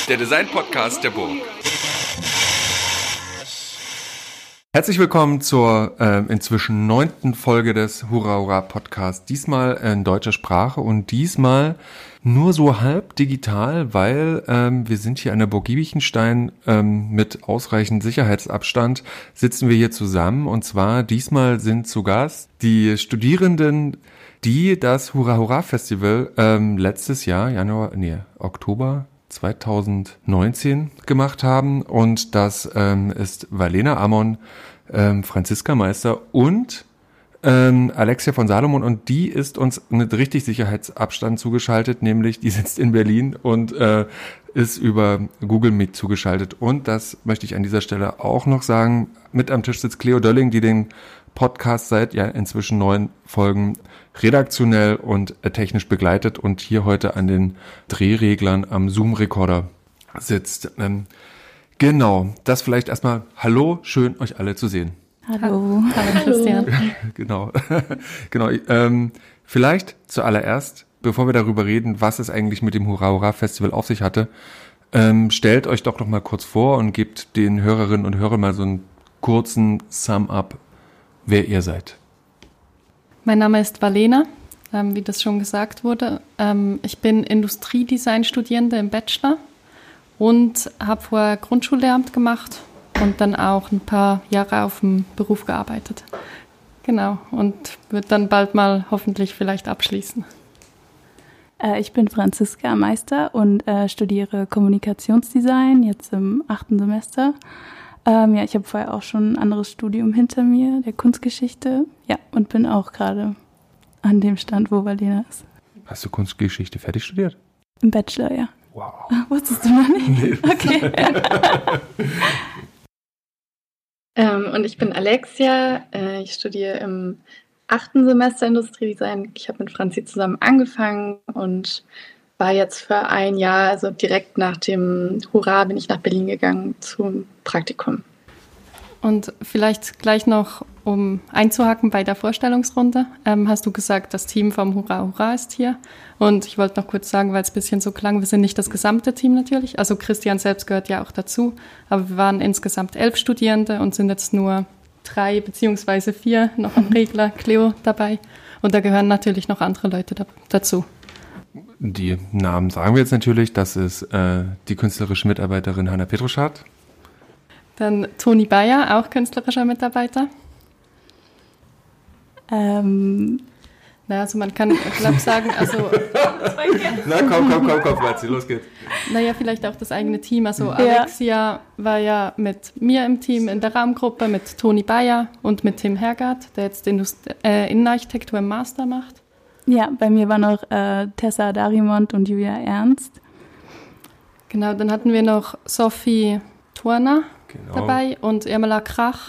der Design-Podcast der Burg. Herzlich willkommen zur inzwischen 9. Folge des Hurra Hurra Podcasts. Diesmal in deutscher Sprache und diesmal nur so halb digital, weil wir sind hier an der Burg Giebichenstein mit ausreichend Sicherheitsabstand sitzen wir hier zusammen. Und zwar diesmal sind zu Gast die Studierenden, die das Hurra Hurra Festival letztes Jahr, Oktober 2019 gemacht haben. Und das ist Valena Amon, Franziska Meister und Alexia von Salomon, und die ist uns mit richtig Sicherheitsabstand zugeschaltet, nämlich die sitzt in Berlin und ist über Google Meet zugeschaltet. Und das möchte ich an dieser Stelle auch noch sagen, mit am Tisch sitzt Cleo Dölling, die den Podcast seit inzwischen 9 Folgen redaktionell und technisch begleitet und hier heute an den Drehreglern am Zoom-Recorder sitzt. Genau, das vielleicht erstmal. Hallo, schön euch alle zu sehen. Hallo Christian. Genau. Vielleicht zuallererst, bevor wir darüber reden, was es eigentlich mit dem Hurra Hurra Festival auf sich hatte, stellt euch doch noch mal kurz vor und gebt den Hörerinnen und Hörern mal so einen kurzen Sum-up, wer ihr seid. Mein Name ist Valena, wie das schon gesagt wurde. Ich bin Industriedesign-Studierende im Bachelor und habe vorher Grundschullehramt gemacht und dann auch ein paar Jahre auf dem Beruf gearbeitet. Genau, und wird dann bald mal hoffentlich vielleicht abschließen. Ich bin Franziska Meister und studiere Kommunikationsdesign, jetzt im 8. Semester. Ich habe vorher auch schon ein anderes Studium hinter mir, der Kunstgeschichte. Ja, und bin auch gerade an dem Stand, wo Valena ist. Hast du Kunstgeschichte fertig studiert? Im Bachelor, ja. Wow. Wusstest du noch nicht? Nee. Okay. Und ich bin Alexia. Ich studiere im 8. Semester Industriedesign. Ich habe mit Franzi zusammen angefangen und war jetzt für ein Jahr, also direkt nach dem Hurra, bin ich nach Berlin gegangen zum Praktikum. Und vielleicht gleich noch, um einzuhaken bei der Vorstellungsrunde, hast du gesagt, das Team vom Hurra Hurra ist hier. Und ich wollte noch kurz sagen, weil es ein bisschen so klang, wir sind nicht das gesamte Team natürlich. Also Christian selbst gehört ja auch dazu. Aber wir waren insgesamt 11 Studierende und sind jetzt nur 3 bzw. 4 noch am Regler, Cleo dabei. Und da gehören natürlich noch andere Leute dazu. Die Namen sagen wir jetzt natürlich. Das ist die künstlerische Mitarbeiterin Hanna Petruschardt. Dann Toni Bayer, auch künstlerischer Mitarbeiter. Also man kann, glaube ich, sagen, also... Na komm, Franzi, los geht's. Naja, vielleicht auch das eigene Team. Also Alexia war ja mit mir im Team in der Raumgruppe, mit Toni Bayer und mit Tim Hergard, der jetzt Innenarchitektur im Master macht. Ja, bei mir waren noch Tessa Darimont und Julia Ernst. Genau, dann hatten wir noch Sophie Turner dabei und Irmela Krach.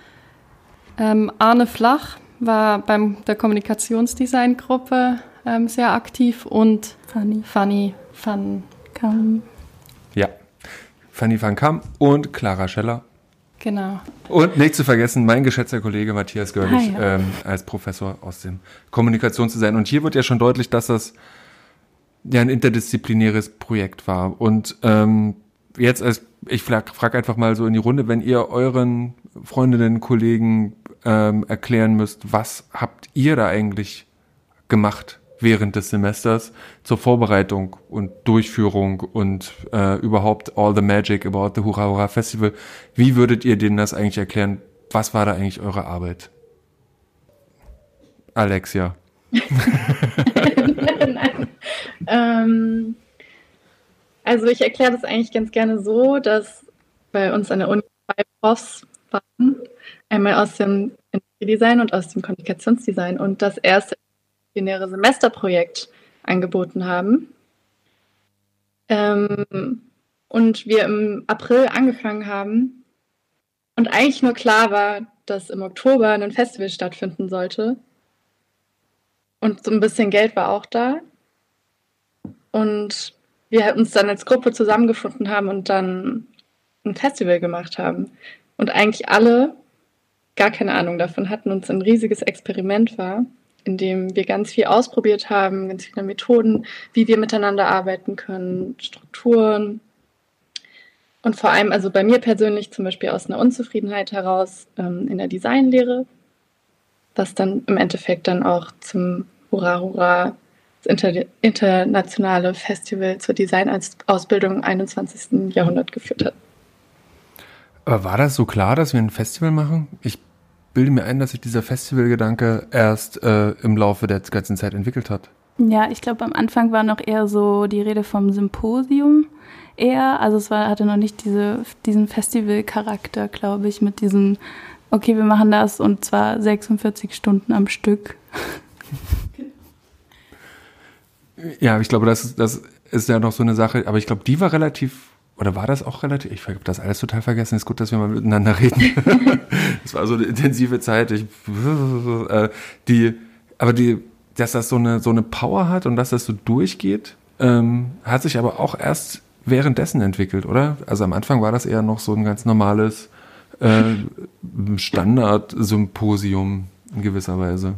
Arne Flach war bei der Kommunikationsdesign-Gruppe sehr aktiv und Fanny van Kam. Ja, Fanny van Kam und Clara Scheller. Genau. Und nicht zu vergessen, mein geschätzter Kollege Matthias Görlich als Professor aus dem Kommunikationsdesign. Und hier wird ja schon deutlich, dass das ja ein interdisziplinäres Projekt war. Und jetzt, ich frage einfach mal so in die Runde, wenn ihr euren Freundinnen, Kollegen erklären müsst, was habt ihr da eigentlich gemacht während des Semesters zur Vorbereitung und Durchführung und überhaupt all the magic about the Hurra Hurra Festival. Wie würdet ihr denen das eigentlich erklären? Was war da eigentlich eure Arbeit? Alexia. Nein. Also ich erkläre das eigentlich ganz gerne so, dass bei uns an der Uni 2 Profs waren, einmal aus dem Industriedesign und aus dem Kommunikationsdesign und das erste binäre Semesterprojekt angeboten haben. Und wir im April angefangen haben und eigentlich nur klar war, dass im Oktober ein Festival stattfinden sollte. Und so ein bisschen Geld war auch da. Und wir uns dann als Gruppe zusammengefunden haben und dann ein Festival gemacht haben. Und eigentlich alle gar keine Ahnung davon hatten und es ein riesiges Experiment war, in dem wir ganz viel ausprobiert haben, ganz viele Methoden, wie wir miteinander arbeiten können, Strukturen. Und vor allem, also bei mir persönlich zum Beispiel aus einer Unzufriedenheit heraus in der Designlehre, was dann im Endeffekt dann auch zum Hurra Hurra, das internationale Festival zur Designausbildung im 21. Jahrhundert geführt hat. Aber war das so klar, dass wir ein Festival machen? Ich bilde mir ein, dass sich dieser Festivalgedanke erst im Laufe der ganzen Zeit entwickelt hat. Ja, ich glaube, am Anfang war noch eher so die Rede vom Symposium eher. Also es hatte noch nicht diesen Festivalcharakter, glaube ich, mit diesem, okay, wir machen das und zwar 46 Stunden am Stück. Ja, ich glaube, das ist ja noch so eine Sache, aber ich glaube, die war relativ, oder war das auch relativ, ich habe das alles total vergessen, ist gut, dass wir mal miteinander reden. Das war so eine intensive Zeit, dass das so eine Power hat und dass das so durchgeht, hat sich aber auch erst währenddessen entwickelt, oder? Also am Anfang war das eher noch so ein ganz normales Standard-Symposium in gewisser Weise.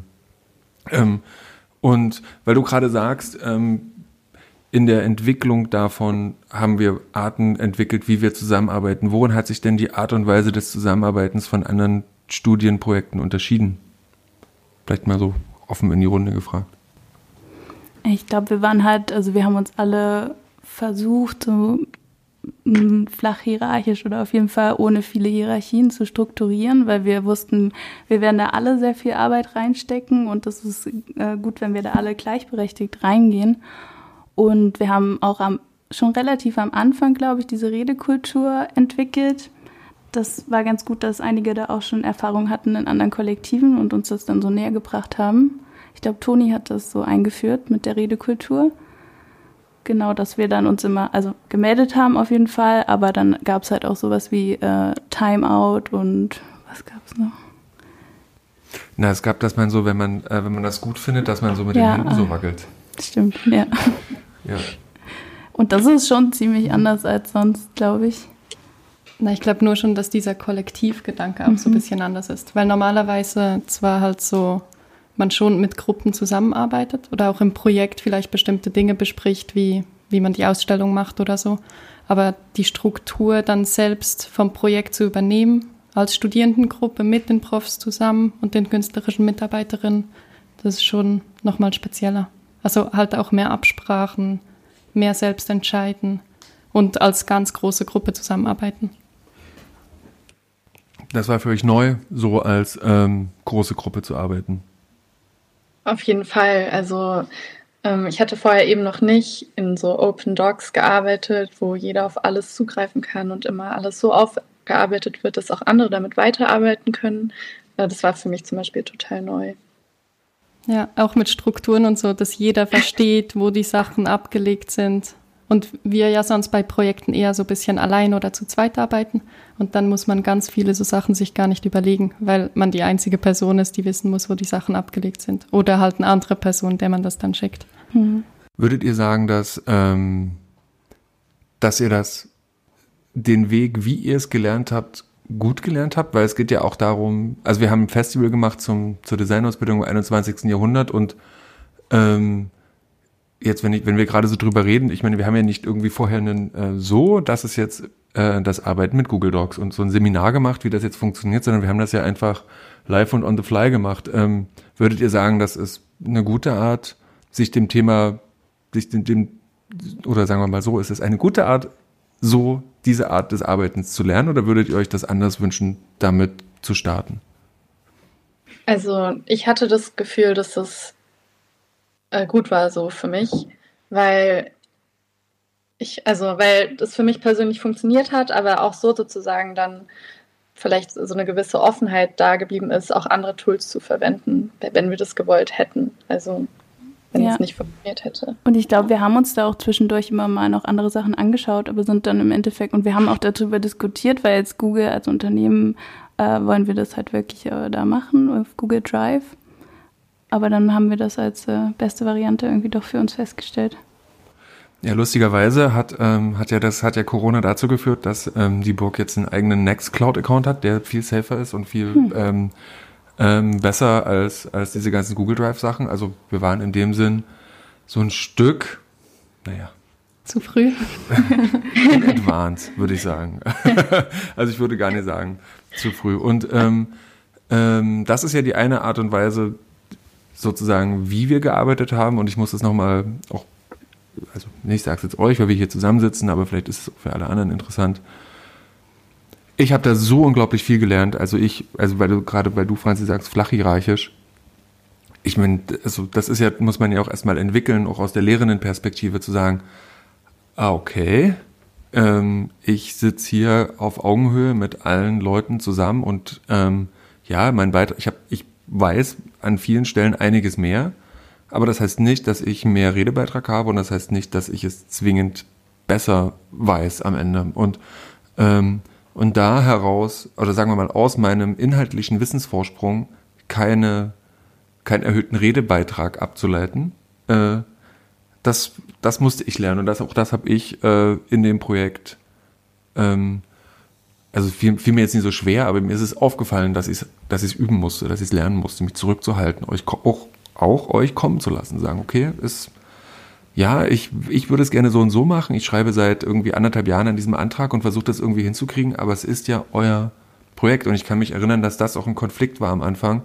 Und weil du gerade sagst, in der Entwicklung davon haben wir Arten entwickelt, wie wir zusammenarbeiten. Worin hat sich denn die Art und Weise des Zusammenarbeitens von anderen Studienprojekten unterschieden? Vielleicht mal so offen in die Runde gefragt. Ich glaube, wir haben uns alle versucht, so flach hierarchisch oder auf jeden Fall ohne viele Hierarchien zu strukturieren, weil wir wussten, wir werden da alle sehr viel Arbeit reinstecken und das ist gut, wenn wir da alle gleichberechtigt reingehen. Und wir haben auch schon relativ am Anfang, glaube ich, diese Redekultur entwickelt. Das war ganz gut, dass einige da auch schon Erfahrung hatten in anderen Kollektiven und uns das dann so näher gebracht haben. Ich glaube, Toni hat das so eingeführt mit der Redekultur. Genau, dass wir dann uns immer, also gemeldet haben auf jeden Fall, aber dann gab es halt auch sowas wie Timeout und was gab es noch? Na, es gab, dass man so, wenn man das gut findet, dass man so mit den Händen so wackelt. Stimmt, ja. Ja. Und das ist schon ziemlich anders als sonst, glaube ich. Na, ich glaube nur schon, dass dieser Kollektivgedanke auch so ein bisschen anders ist. Weil normalerweise zwar halt so man schon mit Gruppen zusammenarbeitet oder auch im Projekt vielleicht bestimmte Dinge bespricht, wie man die Ausstellung macht oder so. Aber die Struktur dann selbst vom Projekt zu übernehmen, als Studierendengruppe mit den Profs zusammen und den künstlerischen Mitarbeiterinnen, das ist schon nochmal spezieller. Also halt auch mehr Absprachen, mehr selbst entscheiden und als ganz große Gruppe zusammenarbeiten. Das war für euch neu, so als große Gruppe zu arbeiten? Auf jeden Fall. Also ich hatte vorher eben noch nicht in so Open Docs gearbeitet, wo jeder auf alles zugreifen kann und immer alles so aufgearbeitet wird, dass auch andere damit weiterarbeiten können. Das war für mich zum Beispiel total neu. Ja, auch mit Strukturen und so, dass jeder versteht, wo die Sachen abgelegt sind. Und wir ja sonst bei Projekten eher so ein bisschen allein oder zu zweit arbeiten. Und dann muss man ganz viele so Sachen sich gar nicht überlegen, weil man die einzige Person ist, die wissen muss, wo die Sachen abgelegt sind. Oder halt eine andere Person, der man das dann schickt. Würdet ihr sagen, dass ihr den Weg, wie ihr es gelernt habt, gut gelernt habt? Weil es geht ja auch darum, also wir haben ein Festival gemacht zur Designausbildung im 21. Jahrhundert und jetzt, wenn wir gerade so drüber reden, ich meine, wir haben ja nicht irgendwie vorher das ist jetzt das Arbeiten mit Google Docs und so ein Seminar gemacht, wie das jetzt funktioniert, sondern wir haben das ja einfach live und on the fly gemacht. Würdet ihr sagen, das ist eine gute Art, oder sagen wir mal so, ist es eine gute Art, so diese Art des Arbeitens zu lernen, oder würdet ihr euch das anders wünschen, damit zu starten? Also ich hatte das Gefühl, dass das gut war so für mich, weil das für mich persönlich funktioniert hat, aber auch so sozusagen dann vielleicht so eine gewisse Offenheit da geblieben ist, auch andere Tools zu verwenden, wenn wir das gewollt hätten. Also wenn es nicht funktioniert hätte. Und ich glaube, wir haben uns da auch zwischendurch immer mal noch andere Sachen angeschaut, aber sind dann im Endeffekt, und wir haben auch darüber diskutiert, weil jetzt Google als Unternehmen wollen wir das halt wirklich da machen, auf Google Drive. Aber dann haben wir das als beste Variante irgendwie doch für uns festgestellt. Ja, lustigerweise hat ja Corona dazu geführt, dass die Burg jetzt einen eigenen Nextcloud-Account hat, der viel safer ist und viel besser als diese ganzen Google Drive-Sachen. Also wir waren in dem Sinn so ein Stück, Zu früh? In advance, würde ich sagen. Also ich würde gar nicht sagen, zu früh. Und das ist ja die eine Art und Weise, sozusagen, wie wir gearbeitet haben. Und ich muss das nochmal auch, also ich sage es jetzt euch, weil wir hier zusammensitzen, aber vielleicht ist es auch für alle anderen interessant. Ich habe da so unglaublich viel gelernt. Also weil du, Franzi, sagst, flach hierarchisch. Ich meine, also das ist ja, muss man ja auch erstmal entwickeln, auch aus der Lehrenden-Perspektive zu sagen, okay, ich sitze hier auf Augenhöhe mit allen Leuten zusammen und mein Beitrag, ich weiß an vielen Stellen einiges mehr, aber das heißt nicht, dass ich mehr Redebeitrag habe und das heißt nicht, dass ich es zwingend besser weiß am Ende. Und da heraus, oder sagen wir mal aus meinem inhaltlichen Wissensvorsprung keinen erhöhten Redebeitrag abzuleiten, das musste ich lernen und das habe ich in dem Projekt, also fiel mir jetzt nicht so schwer, aber mir ist es aufgefallen, dass ich es üben musste, dass ich es lernen musste, mich zurückzuhalten, euch kommen zu lassen, sagen, okay, ich würde es gerne so und so machen, ich schreibe seit irgendwie 1,5 Jahren an diesem Antrag und versuche das irgendwie hinzukriegen, aber es ist ja euer Projekt und ich kann mich erinnern, dass das auch ein Konflikt war am Anfang,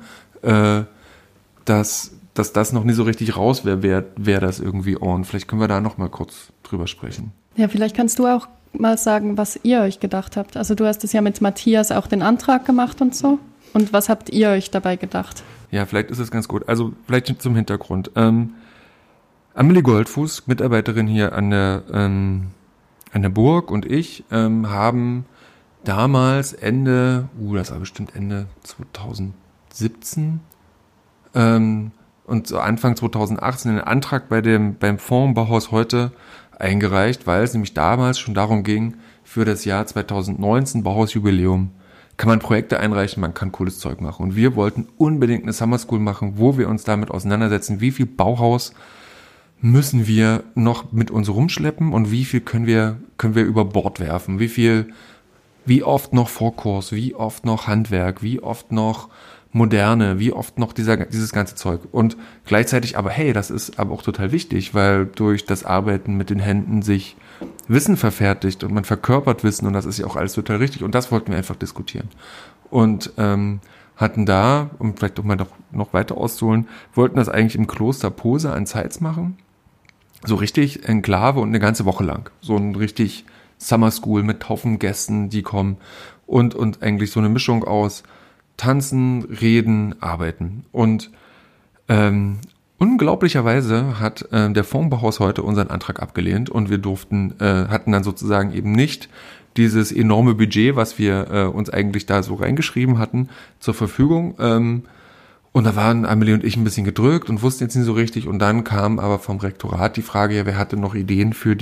dass das noch nie so richtig raus wäre, wer das irgendwie ownt. Vielleicht können wir da noch mal kurz drüber sprechen. Ja, vielleicht kannst du auch mal sagen, was ihr euch gedacht habt. Also du hast es ja mit Matthias auch den Antrag gemacht und so. Und was habt ihr euch dabei gedacht? Ja, vielleicht ist es ganz gut. Also vielleicht zum Hintergrund. Amelie Goldfuß, Mitarbeiterin hier an der Burg und ich haben damals das war bestimmt Ende 2017 und so Anfang 2018 einen Antrag beim Fonds Bauhaus heute eingereicht, weil es nämlich damals schon darum ging, für das Jahr 2019 Bauhausjubiläum kann man Projekte einreichen, man kann cooles Zeug machen. Und wir wollten unbedingt eine Summer School machen, wo wir uns damit auseinandersetzen, wie viel Bauhaus müssen wir noch mit uns rumschleppen und wie viel können wir über Bord werfen, wie oft noch Vorkurs, wie oft noch Handwerk, wie oft noch Moderne, wie oft noch dieses ganze Zeug. Und gleichzeitig aber, hey, das ist aber auch total wichtig, weil durch das Arbeiten mit den Händen sich Wissen verfertigt und man verkörpert Wissen und das ist ja auch alles total richtig. Und das wollten wir einfach diskutieren. Und hatten da, um vielleicht auch mal noch weiter auszuholen, wollten das eigentlich im Kloster Posa an Zeitz machen. So richtig Enklave und eine ganze Woche lang. So ein richtig Summer School mit Haufen Gästen, die kommen und eigentlich so eine Mischung aus Tanzen, Reden, Arbeiten. Und unglaublicherweise hat der Fonds Bauhaus heute unseren Antrag abgelehnt und wir hatten dann sozusagen eben nicht dieses enorme Budget, was wir uns eigentlich da so reingeschrieben hatten, zur Verfügung. Und da waren Amelie und ich ein bisschen gedrückt und wussten jetzt nicht so richtig. Und dann kam aber vom Rektorat die Frage, ja, wer hatte noch Ideen für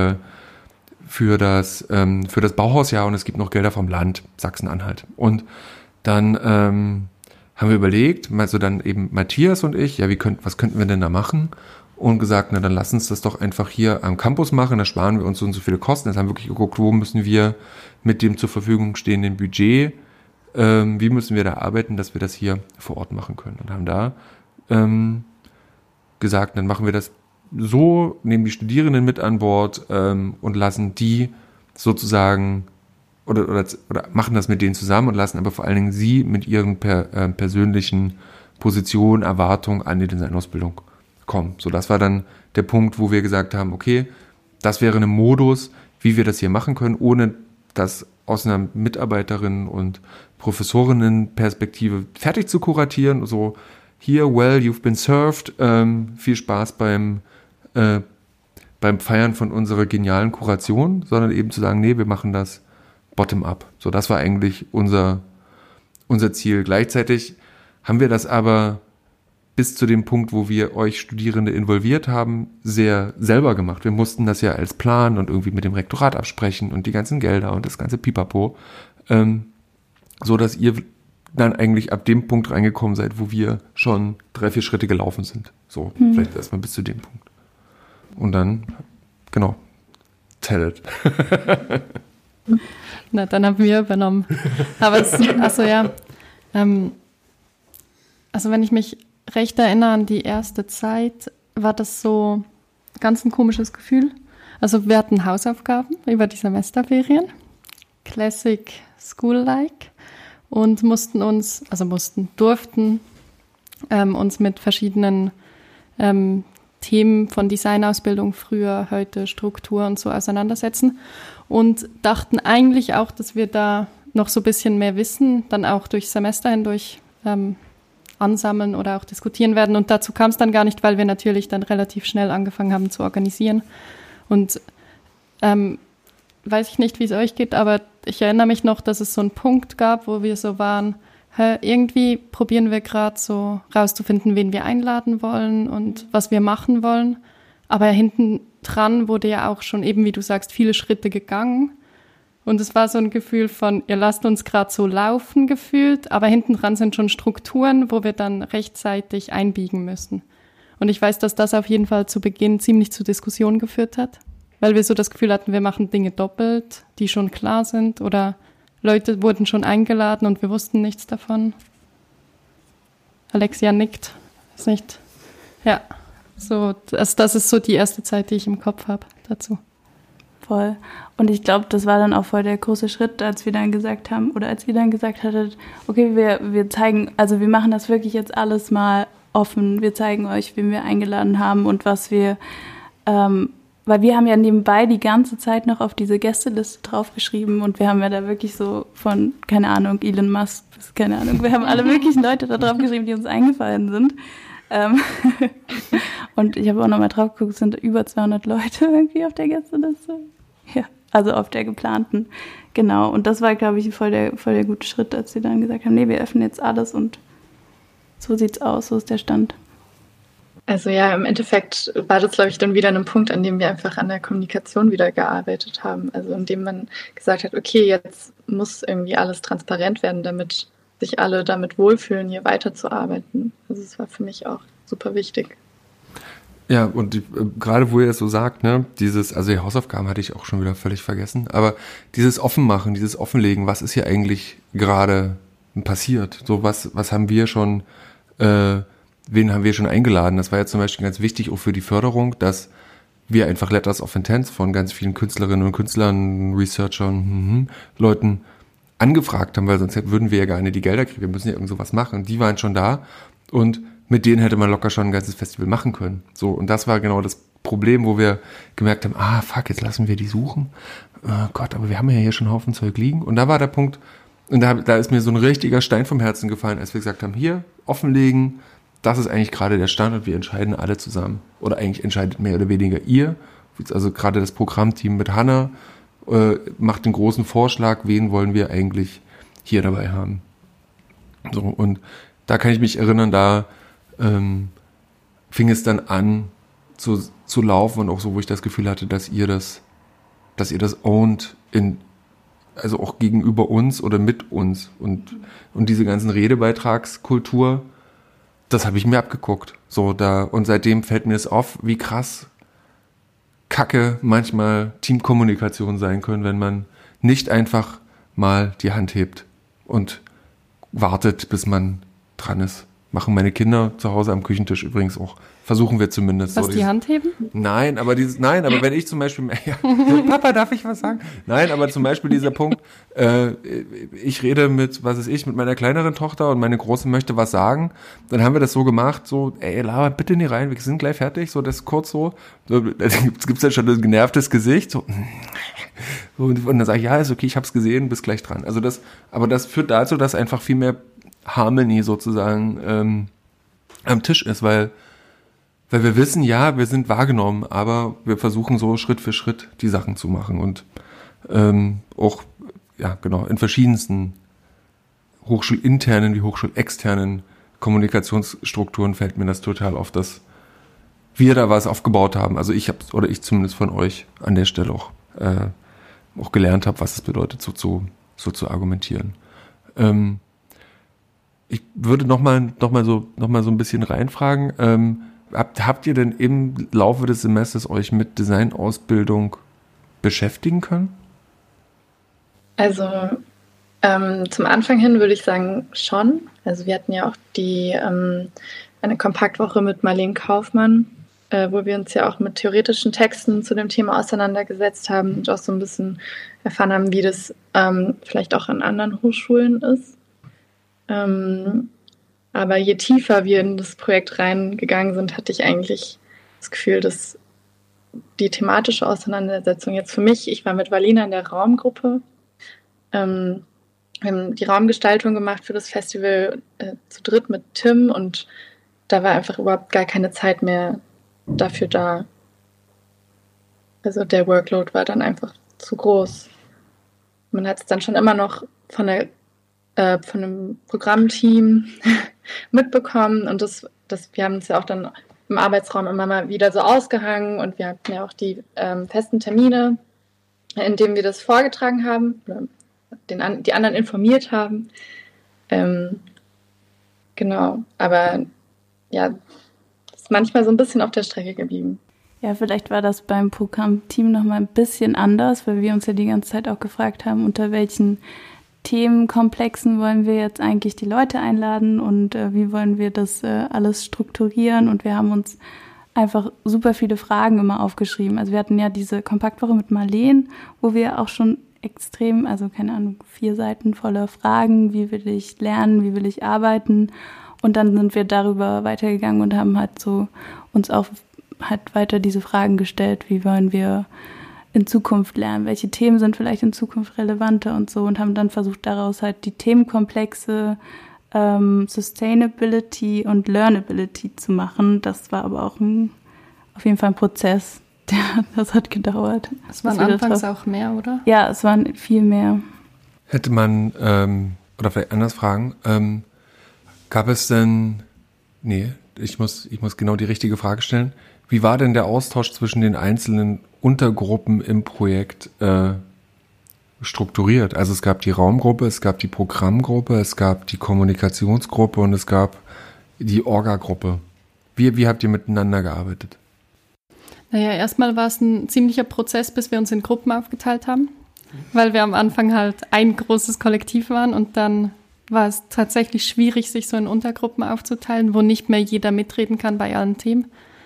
das Bauhausjahr und es gibt noch Gelder vom Land, Sachsen-Anhalt. Und dann haben wir überlegt, also dann eben Matthias und ich, ja, was könnten wir denn da machen? Und gesagt, na dann lass uns das doch einfach hier am Campus machen, da sparen wir uns so und so viele Kosten. Jetzt haben wir wirklich geguckt, wo müssen wir mit dem zur Verfügung stehenden Budget, wie müssen wir da arbeiten, dass wir das hier vor Ort machen können. Und haben da gesagt, dann machen wir das so, nehmen die Studierenden mit an Bord und lassen die sozusagen oder machen das mit denen zusammen und lassen aber vor allen Dingen sie mit ihren persönlichen Positionen, Erwartungen an die Designausbildung kommen. So, das war dann der Punkt, wo wir gesagt haben, okay, das wäre ein Modus, wie wir das hier machen können, ohne das aus einer Mitarbeiterin- und Professorinnen-Perspektive fertig zu kuratieren. So, here, well, you've been served, viel Spaß beim Feiern von unserer genialen Kuration, sondern eben zu sagen, nee, wir machen das bottom-up. So, das war eigentlich unser Ziel. Gleichzeitig haben wir das aber bis zu dem Punkt, wo wir euch Studierende involviert haben, sehr selber gemacht. Wir mussten das ja als Plan und irgendwie mit dem Rektorat absprechen und die ganzen Gelder und das ganze Pipapo, so dass ihr dann eigentlich ab dem Punkt reingekommen seid, wo wir schon 3-4 Schritte gelaufen sind. So, vielleicht erstmal bis zu dem Punkt. Und dann, genau, tell it. Na, dann haben wir übernommen. Aber also wenn ich mich recht erinnere an die erste Zeit, war das so ganz ein komisches Gefühl. Also wir hatten Hausaufgaben über die Semesterferien, Classic School-like, und durften uns mit verschiedenen Themen von Designausbildung früher, heute Struktur und so auseinandersetzen und dachten eigentlich auch, dass wir da noch so ein bisschen mehr Wissen dann auch durch Semester hindurch ansammeln oder auch diskutieren werden. Und dazu kam es dann gar nicht, weil wir natürlich dann relativ schnell angefangen haben zu organisieren. Und weiß ich nicht, wie es euch geht, aber ich erinnere mich noch, dass es so einen Punkt gab, wo wir so waren, irgendwie probieren wir gerade so rauszufinden, wen wir einladen wollen und was wir machen wollen. Aber hinten dran wurde ja auch schon eben, wie du sagst, viele Schritte gegangen. Und es war so ein Gefühl von, ihr lasst uns gerade so laufen gefühlt, aber hinten dran sind schon Strukturen, wo wir dann rechtzeitig einbiegen müssen. Und ich weiß, dass das auf jeden Fall zu Beginn ziemlich zu Diskussionen geführt hat, weil wir so das Gefühl hatten, wir machen Dinge doppelt, die schon klar sind, oder Leute wurden schon eingeladen und wir wussten nichts davon. Alexia nickt. Ist nicht. Ja, so, das ist so die erste Zeit, die ich im Kopf habe dazu. Voll. Und ich glaube, das war dann auch voll der große Schritt, als wir dann gesagt haben, oder als ihr dann gesagt hattet, okay, wir zeigen, also wir machen das wirklich jetzt alles mal offen. Wir zeigen euch, wen wir eingeladen haben und was wir, weil wir haben ja nebenbei die ganze Zeit noch auf diese Gästeliste draufgeschrieben und wir haben ja da wirklich so von, keine Ahnung, Elon Musk bis, keine Ahnung, wir haben alle möglichen Leute da drauf geschrieben, die uns eingefallen sind. Und ich habe auch nochmal drauf geguckt, es sind über 200 Leute irgendwie auf der Gästeliste. Ja, also auf der geplanten. Genau, und das war, glaube ich, voll der gute Schritt, als sie dann gesagt haben, nee, wir öffnen jetzt alles und so sieht's aus, so ist der Stand. Also ja, im Endeffekt war das, glaube ich, dann wieder ein Punkt, an dem wir einfach an der Kommunikation wieder gearbeitet haben. Also indem man gesagt hat, okay, jetzt muss irgendwie alles transparent werden, damit sich alle damit wohlfühlen, hier weiterzuarbeiten. Also es war für mich auch super wichtig. Ja, und gerade wo ihr es so sagt, ne, also die Hausaufgaben hatte ich auch schon wieder völlig vergessen, aber dieses Offenmachen, dieses Offenlegen, was ist hier eigentlich gerade passiert? So, was haben wir schon, wen haben wir schon eingeladen? Das war ja zum Beispiel ganz wichtig auch für die Förderung, dass wir einfach Letters of Intent von ganz vielen Künstlerinnen und Künstlern, Researchern, Leuten angefragt haben, weil sonst würden wir ja gar nicht die Gelder kriegen, wir müssen ja irgend sowas machen. Die waren schon da und mit denen hätte man locker schon ein ganzes Festival machen können. So, und das war genau das Problem, wo wir gemerkt haben, fuck, jetzt lassen wir die suchen. Gott, aber wir haben ja hier schon einen Haufen Zeug liegen. Und da war der Punkt, und da ist mir so ein richtiger Stein vom Herzen gefallen, als wir gesagt haben, hier, offenlegen, das ist eigentlich gerade der Stand und wir entscheiden alle zusammen. Oder eigentlich entscheidet mehr oder weniger ihr, also gerade das Programmteam mit Hannah, macht den großen Vorschlag, wen wollen wir eigentlich hier dabei haben. So, und da kann ich mich erinnern, da fing es dann an zu laufen und auch so, wo ich das Gefühl hatte, dass ihr das ownt, also auch gegenüber uns oder mit uns und diese ganzen Redebeitragskultur, das habe ich mir abgeguckt. So, und seitdem fällt mir es auf, wie krass kacke manchmal Teamkommunikation sein können, wenn man nicht einfach mal die Hand hebt und wartet, bis man dran ist. Machen meine Kinder zu Hause am Küchentisch übrigens auch. Versuchen wir zumindest. Was, so die Hand heben? Nein, aber wenn ich zum Beispiel, Papa, darf ich was sagen? Nein, aber zum Beispiel dieser Punkt, ich rede mit meiner kleineren Tochter und meine Große möchte was sagen, dann haben wir das so gemacht, so, laber bitte nicht rein, wir sind gleich fertig, so, das ist kurz so, gibt's dann schon ein genervtes Gesicht, so, und dann sage ich, ja, ist okay, ich hab's gesehen, bis gleich dran. Also aber das führt dazu, dass einfach viel mehr Harmony sozusagen am Tisch ist, weil wir wissen, ja, wir sind wahrgenommen, aber wir versuchen so Schritt für Schritt die Sachen zu machen und auch, ja genau, in verschiedensten hochschulinternen wie hochschulexternen Kommunikationsstrukturen fällt mir das total auf, dass wir da was aufgebaut haben. Also ich zumindest von euch an der Stelle auch gelernt habe, was es bedeutet, so zu argumentieren. Ich würde noch mal so ein bisschen reinfragen. Habt ihr denn im Laufe des Semesters euch mit Designausbildung beschäftigen können? Also zum Anfang hin würde ich sagen schon. Also wir hatten ja auch eine Kompaktwoche mit Marlene Kaufmann wo wir uns ja auch mit theoretischen Texten zu dem Thema auseinandergesetzt haben und auch so ein bisschen erfahren haben, wie das vielleicht auch an anderen Hochschulen ist. Aber je tiefer wir in das Projekt reingegangen sind, hatte ich eigentlich das Gefühl, dass die thematische Auseinandersetzung jetzt für mich, ich war mit Valina in der Raumgruppe, wir haben die Raumgestaltung gemacht für das Festival zu dritt mit Tim und da war einfach überhaupt gar keine Zeit mehr dafür da. Also der Workload war dann einfach zu groß. Man hat es dann schon immer noch von einem Programmteam mitbekommen und wir haben es ja auch dann im Arbeitsraum immer mal wieder so ausgehangen und wir hatten ja auch die festen Termine, in denen wir das vorgetragen haben oder die anderen informiert haben. Genau, aber ja, ist manchmal so ein bisschen auf der Strecke geblieben. Ja, vielleicht war das beim Programmteam nochmal ein bisschen anders, weil wir uns ja die ganze Zeit auch gefragt haben, unter welchen Themenkomplexen wollen wir jetzt eigentlich die Leute einladen und wie wollen wir das alles strukturieren, und wir haben uns einfach super viele Fragen immer aufgeschrieben. Also wir hatten ja diese Kompaktwoche mit Marleen, wo wir auch schon extrem, also keine Ahnung, 4 Seiten voller Fragen, wie will ich lernen, wie will ich arbeiten, und dann sind wir darüber weitergegangen und haben halt so uns auch halt weiter diese Fragen gestellt, wie wollen wir in Zukunft lernen, welche Themen sind vielleicht in Zukunft relevanter und so, und haben dann versucht, daraus halt die Themenkomplexe Sustainability und Learnability zu machen. Das war aber auch auf jeden Fall ein Prozess, das hat gedauert. Es waren anfangs auch mehr, oder? Ja, es waren viel mehr. Hätte man, oder vielleicht anders fragen, gab es denn, ich muss genau die richtige Frage stellen. Wie war denn der Austausch zwischen den einzelnen Untergruppen im Projekt strukturiert? Also es gab die Raumgruppe, es gab die Programmgruppe, es gab die Kommunikationsgruppe und es gab die Orga-Gruppe. Wie habt ihr miteinander gearbeitet? Naja, erstmal war es ein ziemlicher Prozess, bis wir uns in Gruppen aufgeteilt haben, weil wir am Anfang halt ein großes Kollektiv waren und dann war es tatsächlich schwierig, sich so in Untergruppen aufzuteilen, wo nicht mehr jeder mitreden kann bei allen Themen.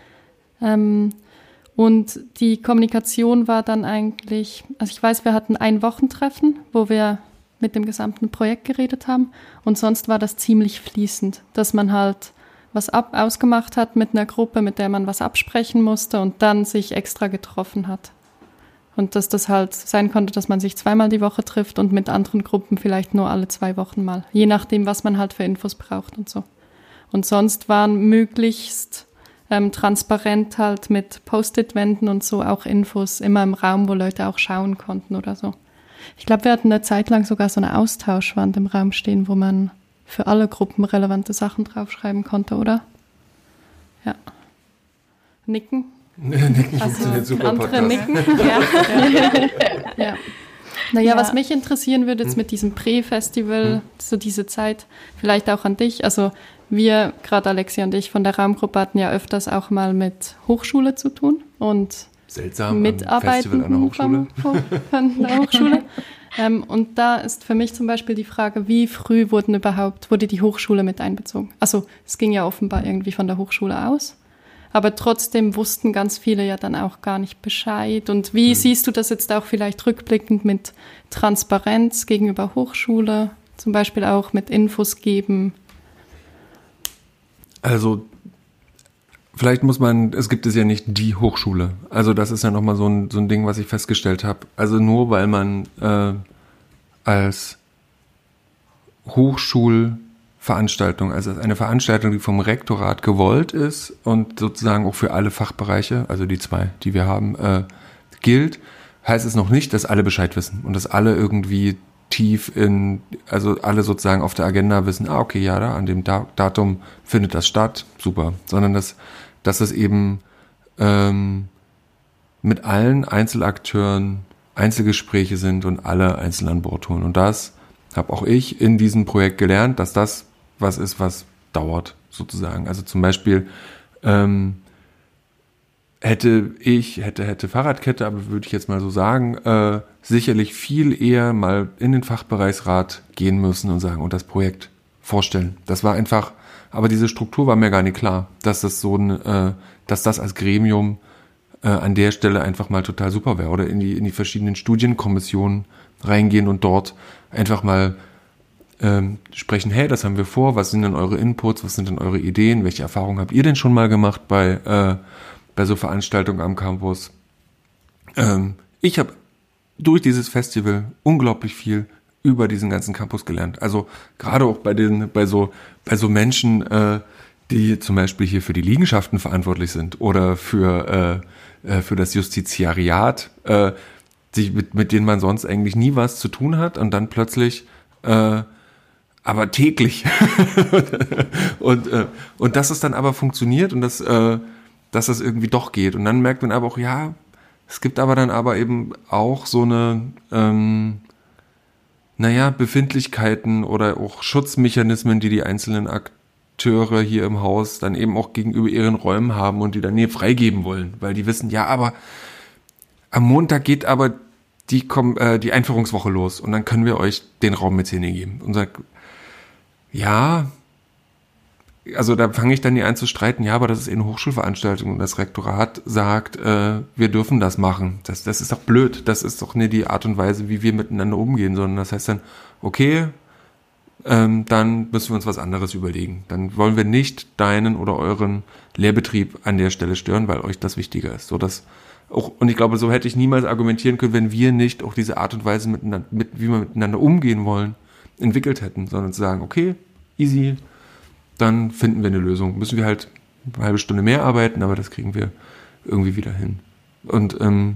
Und die Kommunikation war dann eigentlich, also ich weiß, wir hatten ein Wochentreffen, wo wir mit dem gesamten Projekt geredet haben, und sonst war das ziemlich fließend, dass man halt was ausgemacht hat mit einer Gruppe, mit der man was absprechen musste und dann sich extra getroffen hat. Und dass das halt sein konnte, dass man sich 2-mal die Woche trifft und mit anderen Gruppen vielleicht nur alle 2 Wochen mal, je nachdem, was man halt für Infos braucht und so. Und sonst waren möglichst transparent halt mit Post-it-Wänden und so auch Infos immer im Raum, wo Leute auch schauen konnten oder so. Ich glaube, wir hatten eine Zeit lang sogar so eine Austauschwand im Raum stehen, wo man für alle Gruppen relevante Sachen draufschreiben konnte, oder? Ja. Nicken? Nicken funktioniert super. Andere Podcast. nicken? Ja. Naja, was mich interessieren würde jetzt mit diesem Prä-Festival, so diese Zeit, vielleicht auch an dich, also wir, gerade Alexia und ich von der Raumgruppe, hatten ja öfters auch mal mit Hochschule zu tun und Mitarbeitenden von der Hochschule. Und da ist für mich zum Beispiel die Frage, wie früh wurde die Hochschule mit einbezogen? Also es ging ja offenbar irgendwie von der Hochschule aus, aber trotzdem wussten ganz viele ja dann auch gar nicht Bescheid. Und wie siehst du das jetzt auch vielleicht rückblickend mit Transparenz gegenüber Hochschule, zum Beispiel auch mit Infos geben? Also vielleicht es gibt es ja nicht die Hochschule. Also das ist ja nochmal so ein Ding, was ich festgestellt habe. Also nur weil man als Hochschulveranstaltung, also eine Veranstaltung, die vom Rektorat gewollt ist und sozusagen auch für alle Fachbereiche, also die 2, die wir haben, gilt, heißt es noch nicht, dass alle Bescheid wissen und dass alle irgendwie also alle sozusagen auf der Agenda wissen, okay, ja, da an dem Datum findet das statt, super. Sondern dass es eben mit allen Einzelakteuren Einzelgespräche sind und alle einzeln an Bord holen. Und das habe auch ich in diesem Projekt gelernt, dass das was ist, was dauert, sozusagen. Also zum Beispiel hätte Fahrradkette, aber würde ich jetzt mal so sagen, sicherlich viel eher mal in den Fachbereichsrat gehen müssen und sagen und das Projekt vorstellen. Das war einfach Aber diese Struktur war mir gar nicht klar, dass das dass das als Gremium an der Stelle einfach mal total super wäre. Oder in die verschiedenen Studienkommissionen reingehen und dort einfach mal sprechen, hey, das haben wir vor, was sind denn eure Inputs, was sind denn eure Ideen, welche Erfahrungen habt ihr denn schon mal gemacht bei so Veranstaltungen am Campus? Ich habe durch dieses Festival unglaublich viel über diesen ganzen Campus gelernt. Also gerade auch bei so Menschen, die zum Beispiel hier für die Liegenschaften verantwortlich sind oder für das Justiziariat, mit denen man sonst eigentlich nie was zu tun hat und dann plötzlich aber täglich und dass es dann aber funktioniert und dass das irgendwie doch geht. Und dann merkt man aber auch, ja, es gibt aber dann aber eben auch so eine Befindlichkeiten oder auch Schutzmechanismen, die die einzelnen Akteure hier im Haus dann eben auch gegenüber ihren Räumen haben und die dann nie freigeben wollen, weil die wissen, ja, aber am Montag geht aber die Einführungswoche los und dann können wir euch den Raum mit hingeben. Und sagt, ja, also da fange ich dann nie an zu streiten, ja, aber das ist eine Hochschulveranstaltung und das Rektorat sagt, wir dürfen das machen. Das ist doch blöd, das ist doch nicht die Art und Weise, wie wir miteinander umgehen, sondern das heißt dann, okay, dann müssen wir uns was anderes überlegen. Dann wollen wir nicht deinen oder euren Lehrbetrieb an der Stelle stören, weil euch das wichtiger ist. So dass auch, und ich glaube, so hätte ich niemals argumentieren können, wenn wir nicht auch diese Art und Weise wie wir miteinander umgehen wollen, entwickelt hätten, sondern zu sagen, okay, easy, dann finden wir eine Lösung. Müssen wir halt eine halbe Stunde mehr arbeiten, aber das kriegen wir irgendwie wieder hin. Und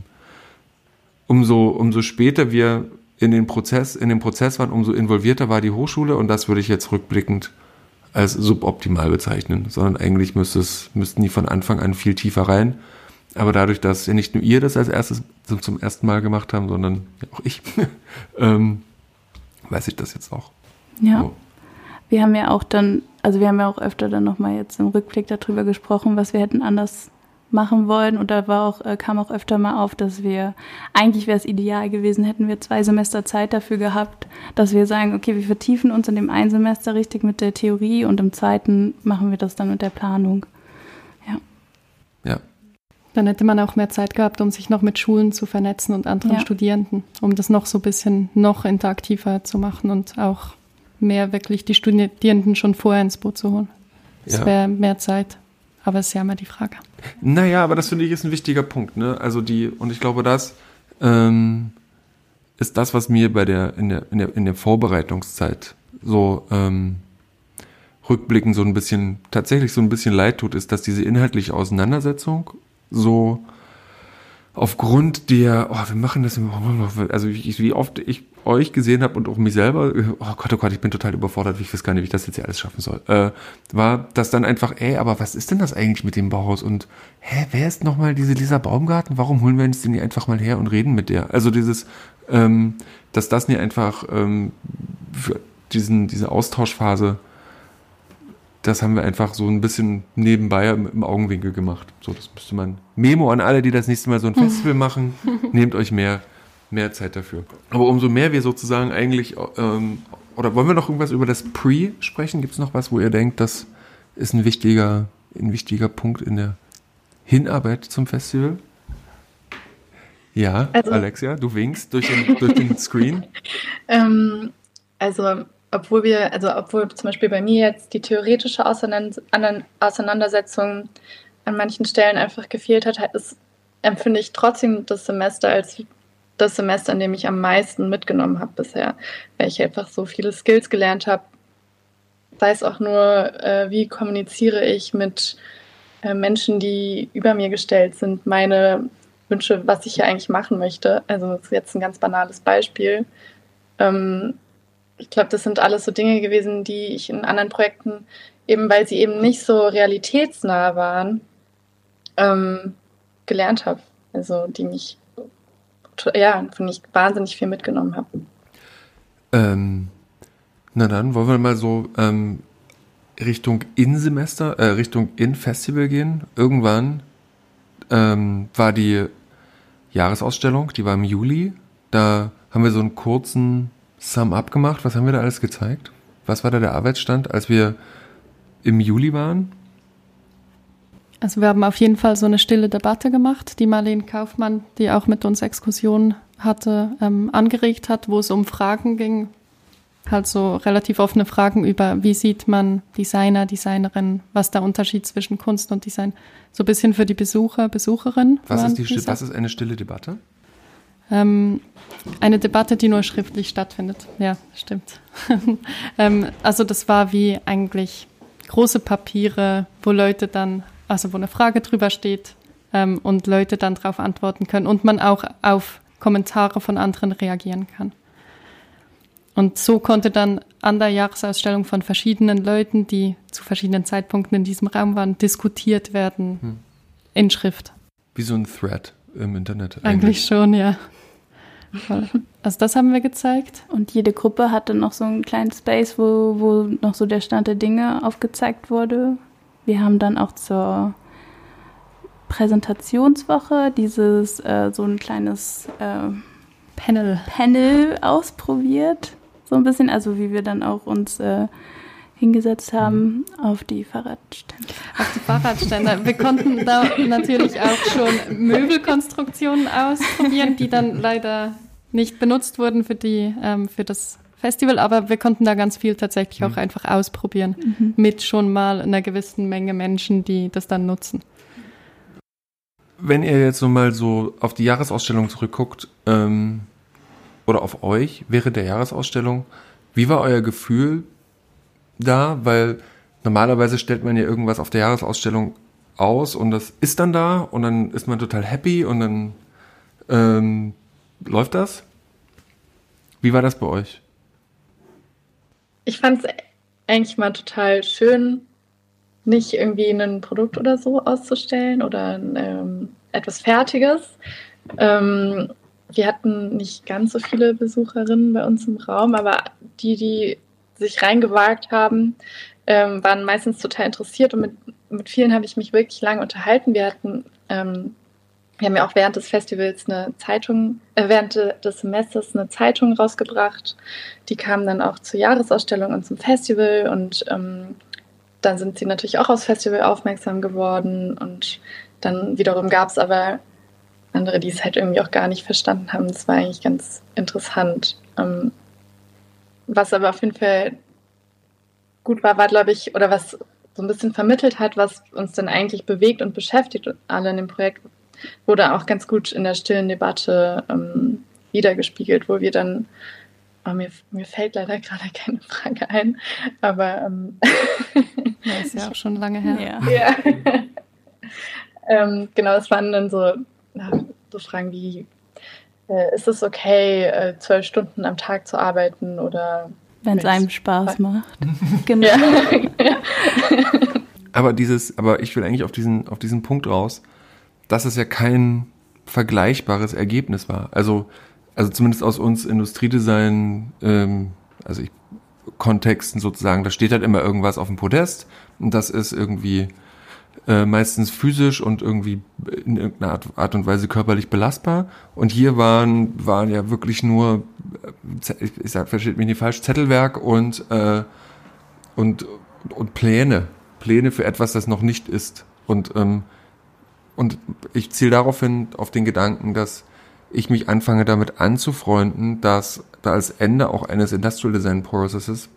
umso später wir in dem Prozess waren, umso involvierter war die Hochschule und das würde ich jetzt rückblickend als suboptimal bezeichnen, sondern eigentlich müssten die von Anfang an viel tiefer rein. Aber dadurch, dass ja nicht nur ihr das als erstes zum ersten Mal gemacht haben, sondern ja auch ich, weiß ich das jetzt auch. Ja. So. Wir haben ja auch öfter dann nochmal jetzt im Rückblick darüber gesprochen, was wir hätten anders machen wollen. Und da kam auch öfter mal auf, dass eigentlich wäre es ideal gewesen, hätten wir 2 Semester Zeit dafür gehabt, dass wir sagen, okay, wir vertiefen uns in dem einen Semester richtig mit der Theorie und im zweiten machen wir das dann mit der Planung. Ja. Dann hätte man auch mehr Zeit gehabt, um sich noch mit Schulen zu vernetzen und anderen Studierenden, um das noch so ein bisschen noch interaktiver zu machen und auch mehr wirklich die Studierenden schon vorher ins Boot zu holen. Es wäre mehr Zeit, aber es ist ja immer die Frage. Naja, aber das finde ich ist ein wichtiger Punkt, ne? Also und ich glaube, das ist das, was mir in der Vorbereitungszeit so rückblickend tatsächlich so ein bisschen leid tut, ist, dass diese inhaltliche Auseinandersetzung so aufgrund wir machen das, also wie oft ich euch gesehen habe und auch mich selber, oh Gott, ich bin total überfordert, ich weiß gar nicht, wie ich das jetzt hier alles schaffen soll, war das dann einfach, aber was ist denn das eigentlich mit dem Bauhaus und, wer ist nochmal diese Lisa Baumgarten, warum holen wir uns denn die einfach mal her und reden mit der? Also dieses, dass das nicht einfach für diese Austauschphase, das haben wir einfach so ein bisschen nebenbei im Augenwinkel gemacht. So, das müsste man. Memo an alle, die das nächste Mal so ein Festival machen, nehmt euch mehr Zeit dafür. Aber umso mehr wir sozusagen eigentlich, oder wollen wir noch irgendwas über das Pre sprechen? Gibt es noch was, wo ihr denkt, das ist ein wichtiger Punkt in der Hinarbeit zum Festival? Ja, also, Alexia, du winkst durch den Screen. Obwohl zum Beispiel bei mir jetzt die theoretische Auseinandersetzung an manchen Stellen einfach gefehlt hat, empfinde ich trotzdem das Semester als das Semester, in dem ich am meisten mitgenommen habe bisher, weil ich einfach so viele Skills gelernt habe. Sei es auch nur, wie kommuniziere ich mit Menschen, die über mir gestellt sind, meine Wünsche, was ich hier eigentlich machen möchte. Also das ist jetzt ein ganz banales Beispiel. Ich glaube, das sind alles so Dinge gewesen, die ich in anderen Projekten, eben weil sie eben nicht so realitätsnah waren, gelernt habe. Also die mich, finde ich, wahnsinnig viel mitgenommen habe. Na dann, wollen wir mal so Richtung In-Festival gehen. Irgendwann war die Jahresausstellung, die war im Juli. Da haben wir so einen kurzen Sum-Up gemacht. Was haben wir da alles gezeigt? Was war da der Arbeitsstand, als wir im Juli waren? Also wir haben auf jeden Fall so eine stille Debatte gemacht, die Marlene Kaufmann, die auch mit uns Exkursionen hatte, angeregt hat, wo es um Fragen ging, halt so relativ offene Fragen über, wie sieht man Designer, Designerin, was der Unterschied zwischen Kunst und Design, so ein bisschen für die Besucher, Besucherinnen. Was ist eine stille Debatte? Eine Debatte, die nur schriftlich stattfindet. Ja, stimmt. Also das war wie eigentlich große Papiere, wo Leute dann, also wo eine Frage drüber steht und Leute dann darauf antworten können und man auch auf Kommentare von anderen reagieren kann. Und so konnte dann an der Jahresausstellung von verschiedenen Leuten, die zu verschiedenen Zeitpunkten in diesem Raum waren, diskutiert werden in Schrift. Wie so ein Thread im Internet. Eigentlich schon, ja. Also das haben wir gezeigt. Und jede Gruppe hatte noch so einen kleinen Space, wo noch so der Stand der Dinge aufgezeigt wurde. Wir haben dann auch zur Präsentationswoche so ein kleines Panel ausprobiert. So ein bisschen, also wie wir dann auch uns hingesetzt haben auf die Fahrradständer. Auf die Fahrradständer. Wir konnten da natürlich auch schon Möbelkonstruktionen ausprobieren, die dann leider nicht benutzt wurden für das Festival, aber wir konnten da ganz viel tatsächlich auch einfach ausprobieren mit schon mal einer gewissen Menge Menschen, die das dann nutzen. Wenn ihr jetzt so mal so auf die Jahresausstellung zurückguckt, oder auf euch während der Jahresausstellung, wie war euer Gefühl da? Weil normalerweise stellt man ja irgendwas auf der Jahresausstellung aus und das ist dann da und dann ist man total happy und dann läuft das. Wie war das bei euch? Ich fand es eigentlich mal total schön, nicht irgendwie ein Produkt oder so auszustellen oder etwas Fertiges. Wir hatten nicht ganz so viele Besucherinnen bei uns im Raum, aber die sich reingewagt haben, waren meistens total interessiert und mit vielen habe ich mich wirklich lange unterhalten. Wir haben ja auch während des Festivals während des Semesters eine Zeitung rausgebracht. Die kam dann auch zur Jahresausstellung und zum Festival und dann sind sie natürlich auch aufs Festival aufmerksam geworden und dann wiederum gab es aber andere, die es halt irgendwie auch gar nicht verstanden haben. Das war eigentlich ganz interessant. Was aber auf jeden Fall gut war, glaube ich, oder was so ein bisschen vermittelt hat, was uns dann eigentlich bewegt und beschäftigt alle in dem Projekt, wurde auch ganz gut in der stillen Debatte wiedergespiegelt, wo wir dann, mir fällt leider gerade keine Frage ein, aber Ja, ist ja auch schon lange her. Ja. Genau, es waren dann so Fragen wie, ist es okay, 12 Stunden am Tag zu arbeiten oder wenn es einem Spaß macht. Genau. Ja. Aber ich will eigentlich auf diesen Punkt raus, dass es ja kein vergleichbares Ergebnis war. Also zumindest aus uns Industriedesign, Kontexten sozusagen, da steht halt immer irgendwas auf dem Podest und das ist irgendwie meistens physisch und irgendwie in irgendeiner Art und Weise körperlich belastbar. Und hier waren ja wirklich nur, versteht mich nicht falsch, Zettelwerk und Pläne für etwas, das noch nicht ist. Und ich ziele darauf hin, auf den Gedanken, dass ich mich anfange damit anzufreunden, dass da als Ende auch eines Industrial Design Prozesses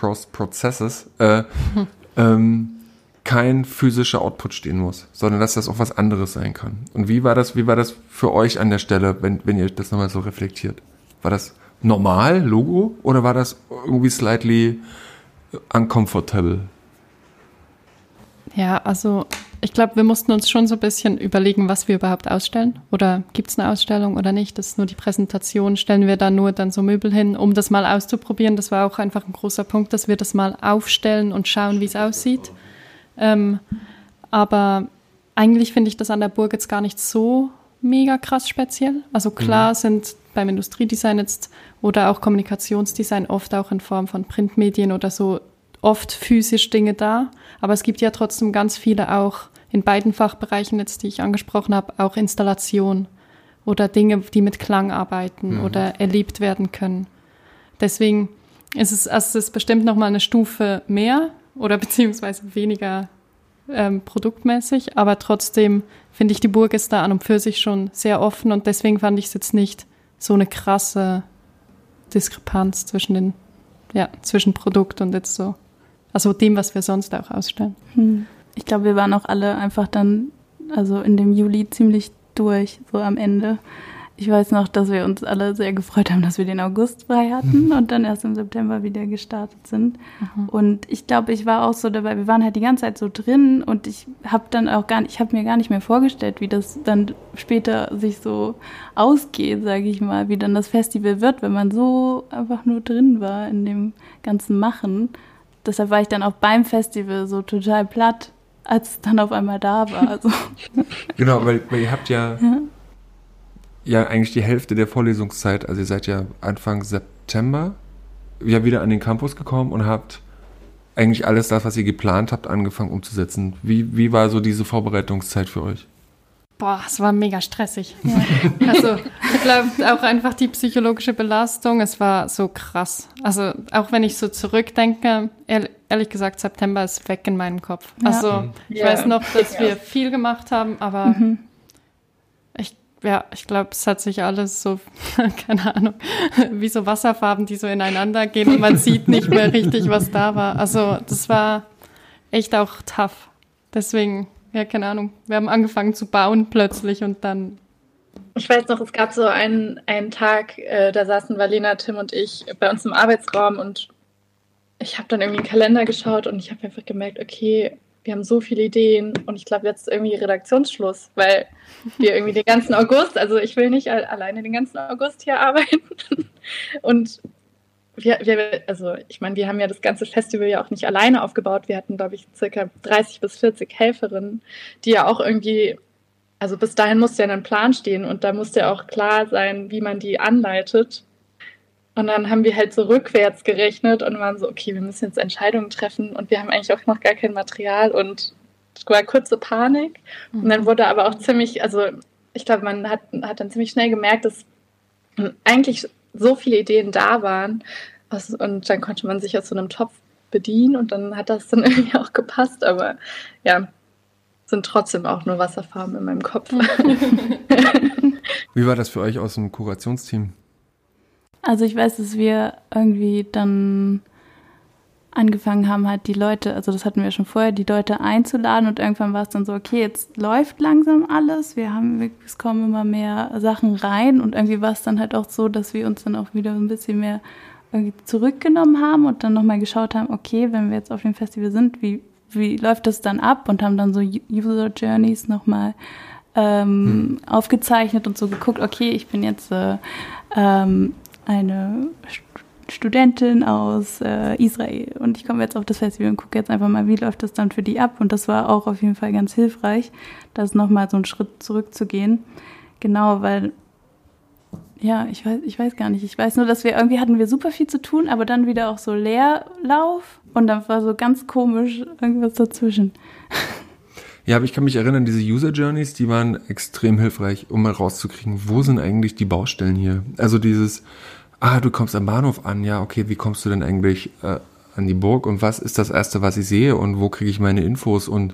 kein physischer Output stehen muss, sondern dass das auch was anderes sein kann. Und wie war das für euch an der Stelle, wenn ihr das nochmal so reflektiert? War das normal, Logo, oder war das irgendwie slightly uncomfortable? Ja, also ich glaube, wir mussten uns schon so ein bisschen überlegen, was wir überhaupt ausstellen. Oder gibt es eine Ausstellung oder nicht? Das ist nur die Präsentation. Stellen wir da nur dann so Möbel hin, um das mal auszuprobieren? Das war auch einfach ein großer Punkt, dass wir das mal aufstellen und schauen, wie es aussieht. Aber eigentlich finde ich das an der Burg jetzt gar nicht so mega krass speziell. Also klar sind beim Industriedesign jetzt oder auch Kommunikationsdesign oft auch in Form von Printmedien oder so oft physisch Dinge da. Aber es gibt ja trotzdem ganz viele auch in beiden Fachbereichen jetzt, die ich angesprochen habe, auch Installation oder Dinge, die mit Klang arbeiten oder erlebt werden können. Deswegen ist es bestimmt nochmal eine Stufe mehr oder beziehungsweise weniger produktmäßig, aber trotzdem finde ich, die Burg ist da an und für sich schon sehr offen und deswegen fand ich es jetzt nicht so eine krasse Diskrepanz zwischen Produkt und jetzt so, also dem, was wir sonst auch ausstellen. Ich glaube, wir waren auch alle einfach dann, also in dem Juli ziemlich durch, so am Ende. Ich weiß noch, dass wir uns alle sehr gefreut haben, dass wir den August frei hatten und dann erst im September wieder gestartet sind. Und ich glaube, ich war auch so dabei, wir waren halt die ganze Zeit so drin und ich habe mir gar nicht mehr vorgestellt, wie das dann später sich so ausgeht, sage ich mal, wie dann das Festival wird, wenn man so einfach nur drin war in dem ganzen Machen. Deshalb war ich dann auch beim Festival so total platt, als es dann auf einmal da war. Also. Genau, weil ihr habt ja eigentlich die Hälfte der Vorlesungszeit, also ihr seid ja Anfang September ja wieder an den Campus gekommen und habt eigentlich alles das, was ihr geplant habt, angefangen umzusetzen. Wie war so diese Vorbereitungszeit für euch? Boah, es war mega stressig. Ja. Also ich glaube auch einfach die psychologische Belastung, es war so krass. Also auch wenn ich so zurückdenke, ehrlich gesagt, September ist weg in meinem Kopf. Ja. Also ich weiß noch, dass wir viel gemacht haben, aber ich glaube, es hat sich alles so, keine Ahnung, wie so Wasserfarben, die so ineinander gehen und man sieht nicht mehr richtig, was da war. Also das war echt auch tough. Deswegen, ja, keine Ahnung, wir haben angefangen zu bauen plötzlich und dann... Ich weiß noch, es gab so einen Tag, da saßen Valena, Tim und ich bei uns im Arbeitsraum und ich habe dann irgendwie in den Kalender geschaut und ich habe einfach gemerkt, okay, wir haben so viele Ideen und ich glaube, jetzt ist irgendwie Redaktionsschluss, weil wir irgendwie den ganzen August, also ich will nicht alleine den ganzen August hier arbeiten. Und wir haben ja das ganze Festival ja auch nicht alleine aufgebaut. Wir hatten, glaube ich, circa 30 bis 40 Helferinnen, die ja auch irgendwie, also bis dahin musste ja ein Plan stehen und da musste ja auch klar sein, wie man die anleitet. Und dann haben wir halt so rückwärts gerechnet und waren so, okay, wir müssen jetzt Entscheidungen treffen und wir haben eigentlich auch noch gar kein Material und es war kurze Panik. Und dann wurde aber auch ziemlich, also ich glaube, man hat dann ziemlich schnell gemerkt, dass eigentlich so viele Ideen da waren und dann konnte man sich aus so einem Topf bedienen und dann hat das dann irgendwie auch gepasst, aber ja, sind trotzdem auch nur Wasserfarben in meinem Kopf. Wie war das für euch aus dem Kurationsteam? Also ich weiß, dass wir irgendwie dann angefangen haben, halt die Leute, also das hatten wir schon vorher, die Leute einzuladen und irgendwann war es dann so, okay, jetzt läuft langsam alles, es kommen immer mehr Sachen rein und irgendwie war es dann halt auch so, dass wir uns dann auch wieder ein bisschen mehr irgendwie zurückgenommen haben und dann nochmal geschaut haben, okay, wenn wir jetzt auf dem Festival sind, wie läuft das dann ab und haben dann so User Journeys nochmal aufgezeichnet und so geguckt, okay, ich bin jetzt eine Studentin aus Israel und ich komme jetzt auf das Festival und gucke jetzt einfach mal, wie läuft das dann für die ab und das war auch auf jeden Fall ganz hilfreich, das nochmal so einen Schritt zurückzugehen. Genau, weil ja, ich weiß gar nicht, ich weiß nur, dass hatten wir super viel zu tun, aber dann wieder auch so Leerlauf und dann war so ganz komisch irgendwas dazwischen. Ja, aber ich kann mich erinnern, diese User Journeys, die waren extrem hilfreich, um mal rauszukriegen, wo sind eigentlich die Baustellen hier? Also dieses, du kommst am Bahnhof an, ja, okay, wie kommst du denn eigentlich an die Burg und was ist das Erste, was ich sehe und wo kriege ich meine Infos und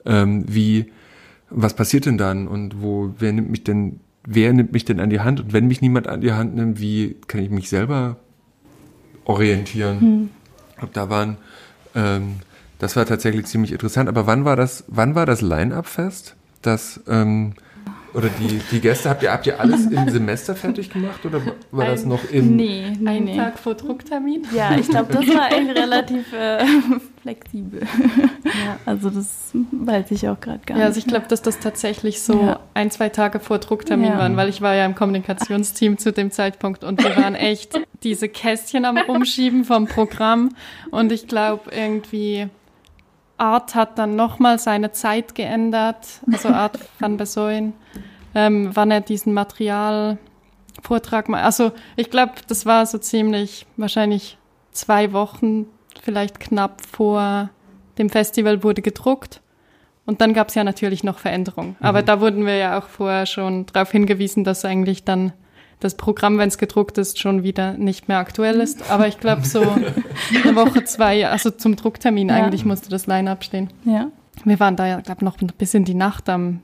was passiert denn dann und wer nimmt mich denn an die Hand und wenn mich niemand an die Hand nimmt, wie kann ich mich selber orientieren? Ich glaube, das war tatsächlich ziemlich interessant. Aber wann war das Line-Up-Fest? Oder die Gäste, habt ihr alles im Semester fertig gemacht oder war das noch im... Nee. Tag vor Drucktermin? Ja, ich glaube, das war echt relativ flexibel. Ja. Also das weiß ich auch gerade gar nicht. Ja, also ich glaube, dass das tatsächlich so 1-2 Tage vor Drucktermin waren, weil ich war ja im Kommunikationsteam zu dem Zeitpunkt und wir waren echt diese Kästchen am Umschieben vom Programm und ich glaube irgendwie... Art hat dann nochmal seine Zeit geändert, also Art van Besoin, wann er diesen Materialvortrag macht. Also ich glaube, das war so ziemlich, wahrscheinlich 2 Wochen, vielleicht knapp vor dem Festival wurde gedruckt. Und dann gab es ja natürlich noch Veränderungen. Aber da wurden wir ja auch vorher schon darauf hingewiesen, dass eigentlich dann das Programm, wenn es gedruckt ist, schon wieder nicht mehr aktuell ist. Aber ich glaube, so eine Woche, 2, also zum Drucktermin eigentlich musste das Line-Up stehen. Ja. Wir waren da ja, glaube ich, noch bis in die Nacht am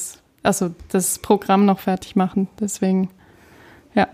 das Programm noch fertig machen. Deswegen, ja.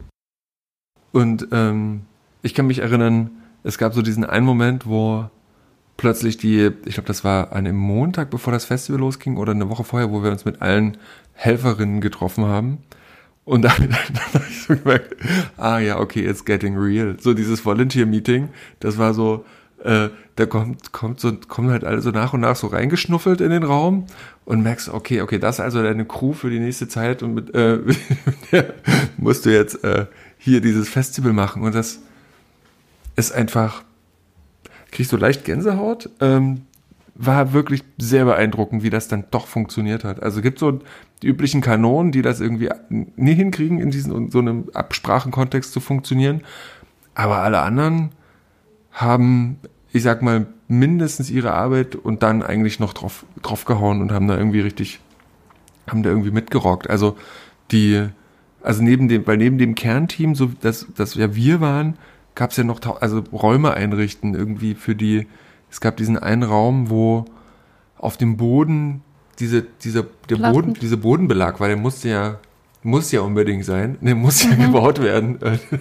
Und ich kann mich erinnern, es gab so diesen einen Moment, wo plötzlich ich glaube, das war an einem Montag, bevor das Festival losging oder eine Woche vorher, wo wir uns mit allen Helferinnen getroffen haben. Und dann habe ich so gemerkt, ja, okay, it's getting real. So dieses Volunteer-Meeting, das war so, da kommen halt alle so nach und nach so reingeschnuffelt in den Raum und merkst, okay, das ist also deine Crew für die nächste Zeit und mit der musst du jetzt hier dieses Festival machen. Und das ist einfach, kriegst du leicht Gänsehaut, war wirklich sehr beeindruckend, wie das dann doch funktioniert hat. Also gibt so die üblichen Kanonen, die das irgendwie nie hinkriegen, in so einem Absprachenkontext zu funktionieren. Aber alle anderen haben, ich sag mal, mindestens ihre Arbeit und dann eigentlich noch drauf gehauen und haben da irgendwie mitgerockt. Also neben dem Kernteam, so dass ja wir waren, gab es ja noch Räume einrichten irgendwie es gab diesen einen Raum, wo auf dem Boden dieser Bodenbelag war, der muss ja unbedingt sein, der muss ja gebaut werden.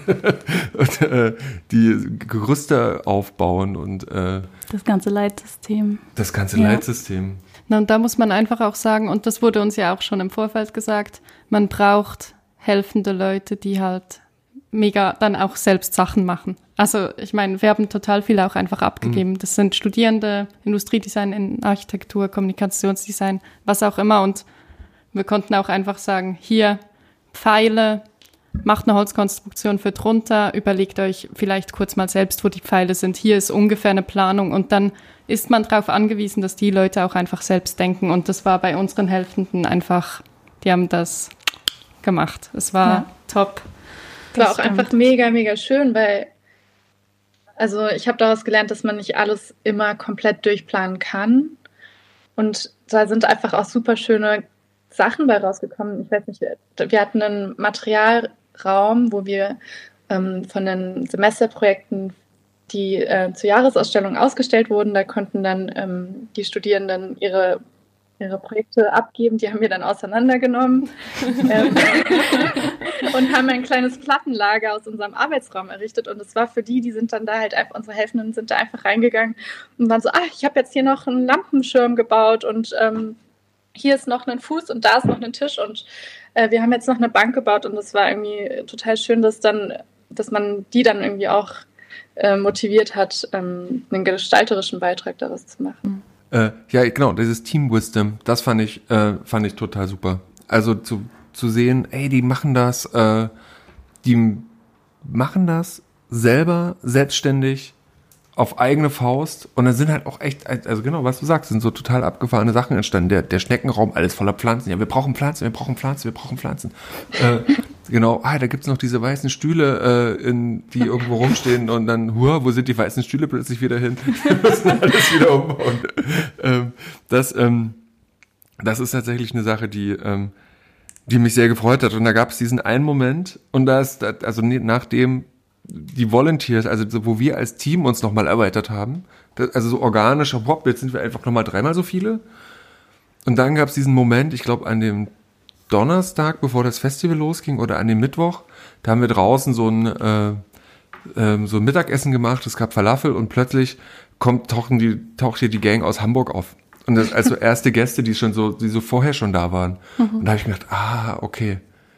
Und die Gerüste aufbauen und das ganze Leitsystem. Leitsystem. Na, und da muss man einfach auch sagen, und das wurde uns ja auch schon im Vorfeld gesagt, man braucht helfende Leute, die halt mega dann auch selbst Sachen machen. Also ich meine, wir haben total viel auch einfach abgegeben. Das sind Studierende, Industriedesign, in Architektur, Kommunikationsdesign, was auch immer. Und wir konnten auch einfach sagen, hier Pfeile, macht eine Holzkonstruktion für drunter, überlegt euch vielleicht kurz mal selbst, wo die Pfeile sind. Hier ist ungefähr eine Planung und dann ist man darauf angewiesen, dass die Leute auch einfach selbst denken. Und das war bei unseren Helfenden einfach, die haben das gemacht. Es war top. Es war auch einfach mega, mega schön, weil ich habe daraus gelernt, dass man nicht alles immer komplett durchplanen kann. Und da sind einfach auch super schöne Sachen bei rausgekommen. Ich weiß nicht, wir hatten einen Materialraum, wo wir von den Semesterprojekten, die zur Jahresausstellung ausgestellt wurden, da konnten dann die Studierenden ihre Projekte abgeben, die haben wir dann auseinandergenommen und haben ein kleines Plattenlager aus unserem Arbeitsraum errichtet und es war für die sind dann da halt einfach, unsere Helfenden sind da einfach reingegangen und waren so, ich habe jetzt hier noch einen Lampenschirm gebaut und hier ist noch ein Fuß und da ist noch ein Tisch und wir haben jetzt noch eine Bank gebaut und es war irgendwie total schön, dass man die dann irgendwie auch motiviert hat, einen gestalterischen Beitrag daraus zu machen. Ja, genau, dieses Team Wisdom, das fand ich total super. Also zu sehen, die machen das selber, selbstständig, auf eigene Faust und dann sind halt auch echt, also genau, was du sagst, sind so total abgefahrene Sachen entstanden. Der Schneckenraum, alles voller Pflanzen. Ja, wir brauchen Pflanzen. Genau, da gibt's noch diese weißen Stühle, die irgendwo rumstehen und dann, wo sind die weißen Stühle plötzlich wieder hin? Wir müssen alles wieder umbauen. Das ist tatsächlich eine Sache, die mich sehr gefreut hat. Und da gab es diesen einen Moment und nachdem die Volunteers, also wo wir als Team uns nochmal erweitert haben, also so organisch, jetzt sind wir einfach nochmal 3-mal so viele. Und dann gab es diesen Moment, ich glaube an dem Donnerstag, bevor das Festival losging, oder an dem Mittwoch, da haben wir draußen so ein Mittagessen gemacht, es gab Falafel und plötzlich taucht hier die Gang aus Hamburg auf. Und das also erste Gäste, die so vorher schon da waren. Und da habe ich mir gedacht, okay,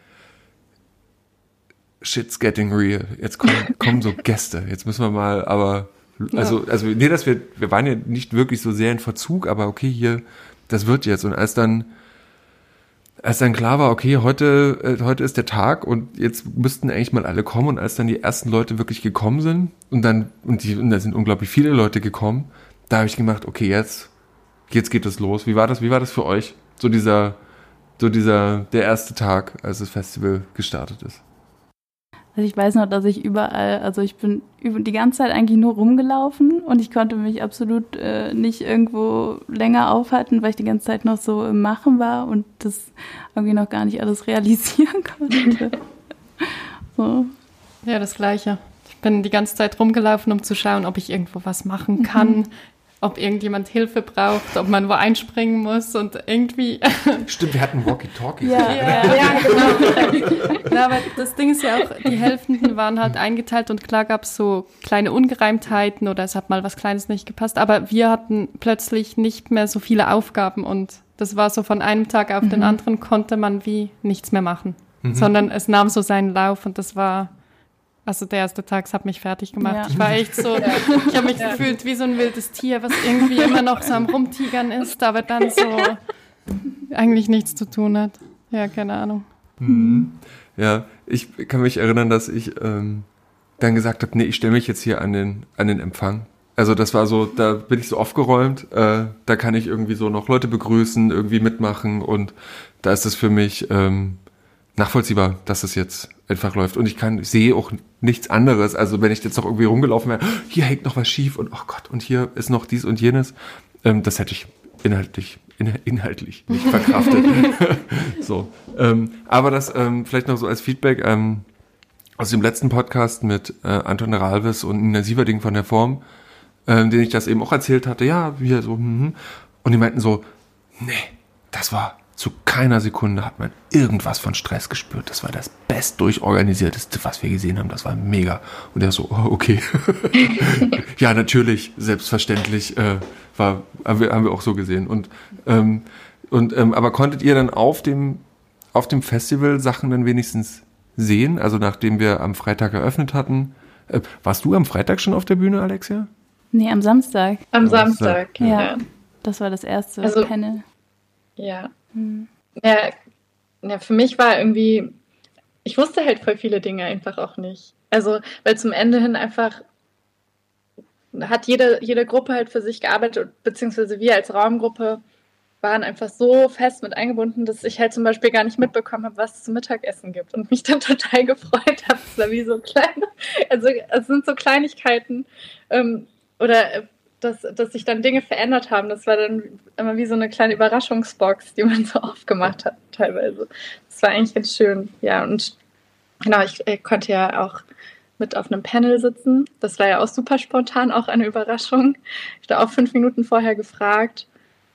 shit's getting real. Jetzt kommen so Gäste. Jetzt müssen wir mal, wir waren ja nicht wirklich so sehr in Verzug, aber okay, hier, das wird jetzt. Und als dann klar war, okay, heute ist der Tag und jetzt müssten eigentlich mal alle kommen und als dann die ersten Leute wirklich gekommen sind und da sind unglaublich viele Leute gekommen, da habe ich gemacht, okay, jetzt geht es los. Wie war das für euch? Der erste Tag, als das Festival gestartet ist. Also ich weiß noch, dass ich ich bin die ganze Zeit eigentlich nur rumgelaufen und ich konnte mich absolut nicht irgendwo länger aufhalten, weil ich die ganze Zeit noch so im Machen war und das irgendwie noch gar nicht alles realisieren konnte. So. Ja, das Gleiche. Ich bin die ganze Zeit rumgelaufen, um zu schauen, ob ich irgendwo was machen kann, ob irgendjemand Hilfe braucht, ob man wo einspringen muss und irgendwie... Stimmt, wir hatten Walkie-Talkies. Ja, genau. Na, aber das Ding ist ja auch, die Helfenden waren halt eingeteilt und klar gab es so kleine Ungereimtheiten oder es hat mal was Kleines nicht gepasst, aber wir hatten plötzlich nicht mehr so viele Aufgaben und das war so von einem Tag auf den anderen konnte man wie nichts mehr machen, sondern es nahm so seinen Lauf und das war... Also der erste Tag, es hat mich fertig gemacht. Ja. Ich war echt so, ich habe mich gefühlt wie so ein wildes Tier, was irgendwie immer noch so am Rumtigern ist, aber dann so eigentlich nichts zu tun hat. Ja, keine Ahnung. Ja, ich kann mich erinnern, dass ich dann gesagt habe, nee, ich stelle mich jetzt hier an den Empfang. Also das war so, da bin ich so aufgeräumt, da kann ich irgendwie so noch Leute begrüßen, irgendwie mitmachen und da ist es für mich nachvollziehbar, dass es jetzt einfach läuft. Und ich sehe auch nichts anderes. Also wenn ich jetzt noch irgendwie rumgelaufen wäre, hier hängt noch was schief und oh Gott, und hier ist noch dies und jenes. Das hätte ich inhaltlich nicht verkraftet. So. Aber das vielleicht noch so als Feedback aus dem letzten Podcast mit Anton Ralves und Nina Sieverding von der Form, denen ich das eben auch erzählt hatte. Ja, wir so, und die meinten so, nee, das war zu keiner Sekunde hat man irgendwas von Stress gespürt. Das war das best durchorganisierteste, was wir gesehen haben. Das war mega. Und er so, oh, okay. Ja, natürlich, selbstverständlich haben wir auch so gesehen. Aber konntet ihr dann auf dem Festival Sachen dann wenigstens sehen? Also nachdem wir am Freitag eröffnet hatten. Warst du am Freitag schon auf der Bühne, Alexia? Nee, am Samstag. Am Samstag, ja. Das war das erste Panel. Ja. Ja, für mich war irgendwie, ich wusste halt voll viele Dinge einfach auch nicht. Also, weil zum Ende hin einfach hat jede Gruppe halt für sich gearbeitet, beziehungsweise wir als Raumgruppe waren einfach so fest mit eingebunden, dass ich halt zum Beispiel gar nicht mitbekommen habe, was es zum Mittagessen gibt und mich dann total gefreut habe. Es war wie so kleine, also es sind so Kleinigkeiten oder dass sich dann Dinge verändert haben. Das war dann immer wie so eine kleine Überraschungsbox, die man so aufgemacht hat teilweise. Das war eigentlich ganz schön. Ja, und genau, ich konnte ja auch mit auf einem Panel sitzen. Das war ja auch super spontan, auch eine Überraschung. Ich habe auch 5 Minuten vorher gefragt.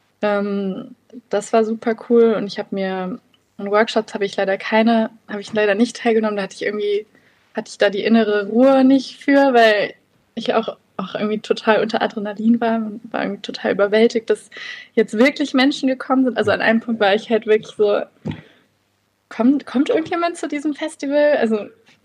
Das war super cool und ich habe mir an Workshops habe ich leider nicht teilgenommen. Da hatte ich da die innere Ruhe nicht für, weil ich auch irgendwie total unter Adrenalin war irgendwie total überwältigt, dass jetzt wirklich Menschen gekommen sind. Also an einem Punkt war ich halt wirklich so, kommt irgendjemand zu diesem Festival? Also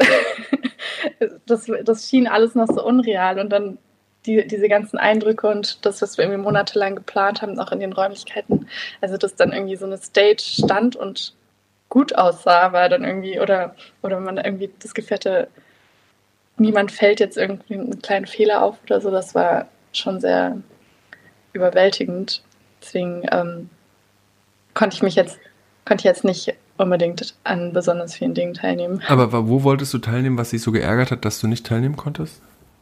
das schien alles noch so unreal und dann diese ganzen Eindrücke und das, was wir irgendwie monatelang geplant haben, auch in den Räumlichkeiten, also dass dann irgendwie so eine Stage stand und gut aussah, war dann irgendwie, oder man irgendwie das Gefühl hatte, niemand fällt jetzt irgendwie einen kleinen Fehler auf oder so, das war schon sehr überwältigend. Deswegen konnte ich jetzt nicht unbedingt an besonders vielen Dingen teilnehmen. Aber wo wolltest du teilnehmen, was dich so geärgert hat, dass du nicht teilnehmen konntest?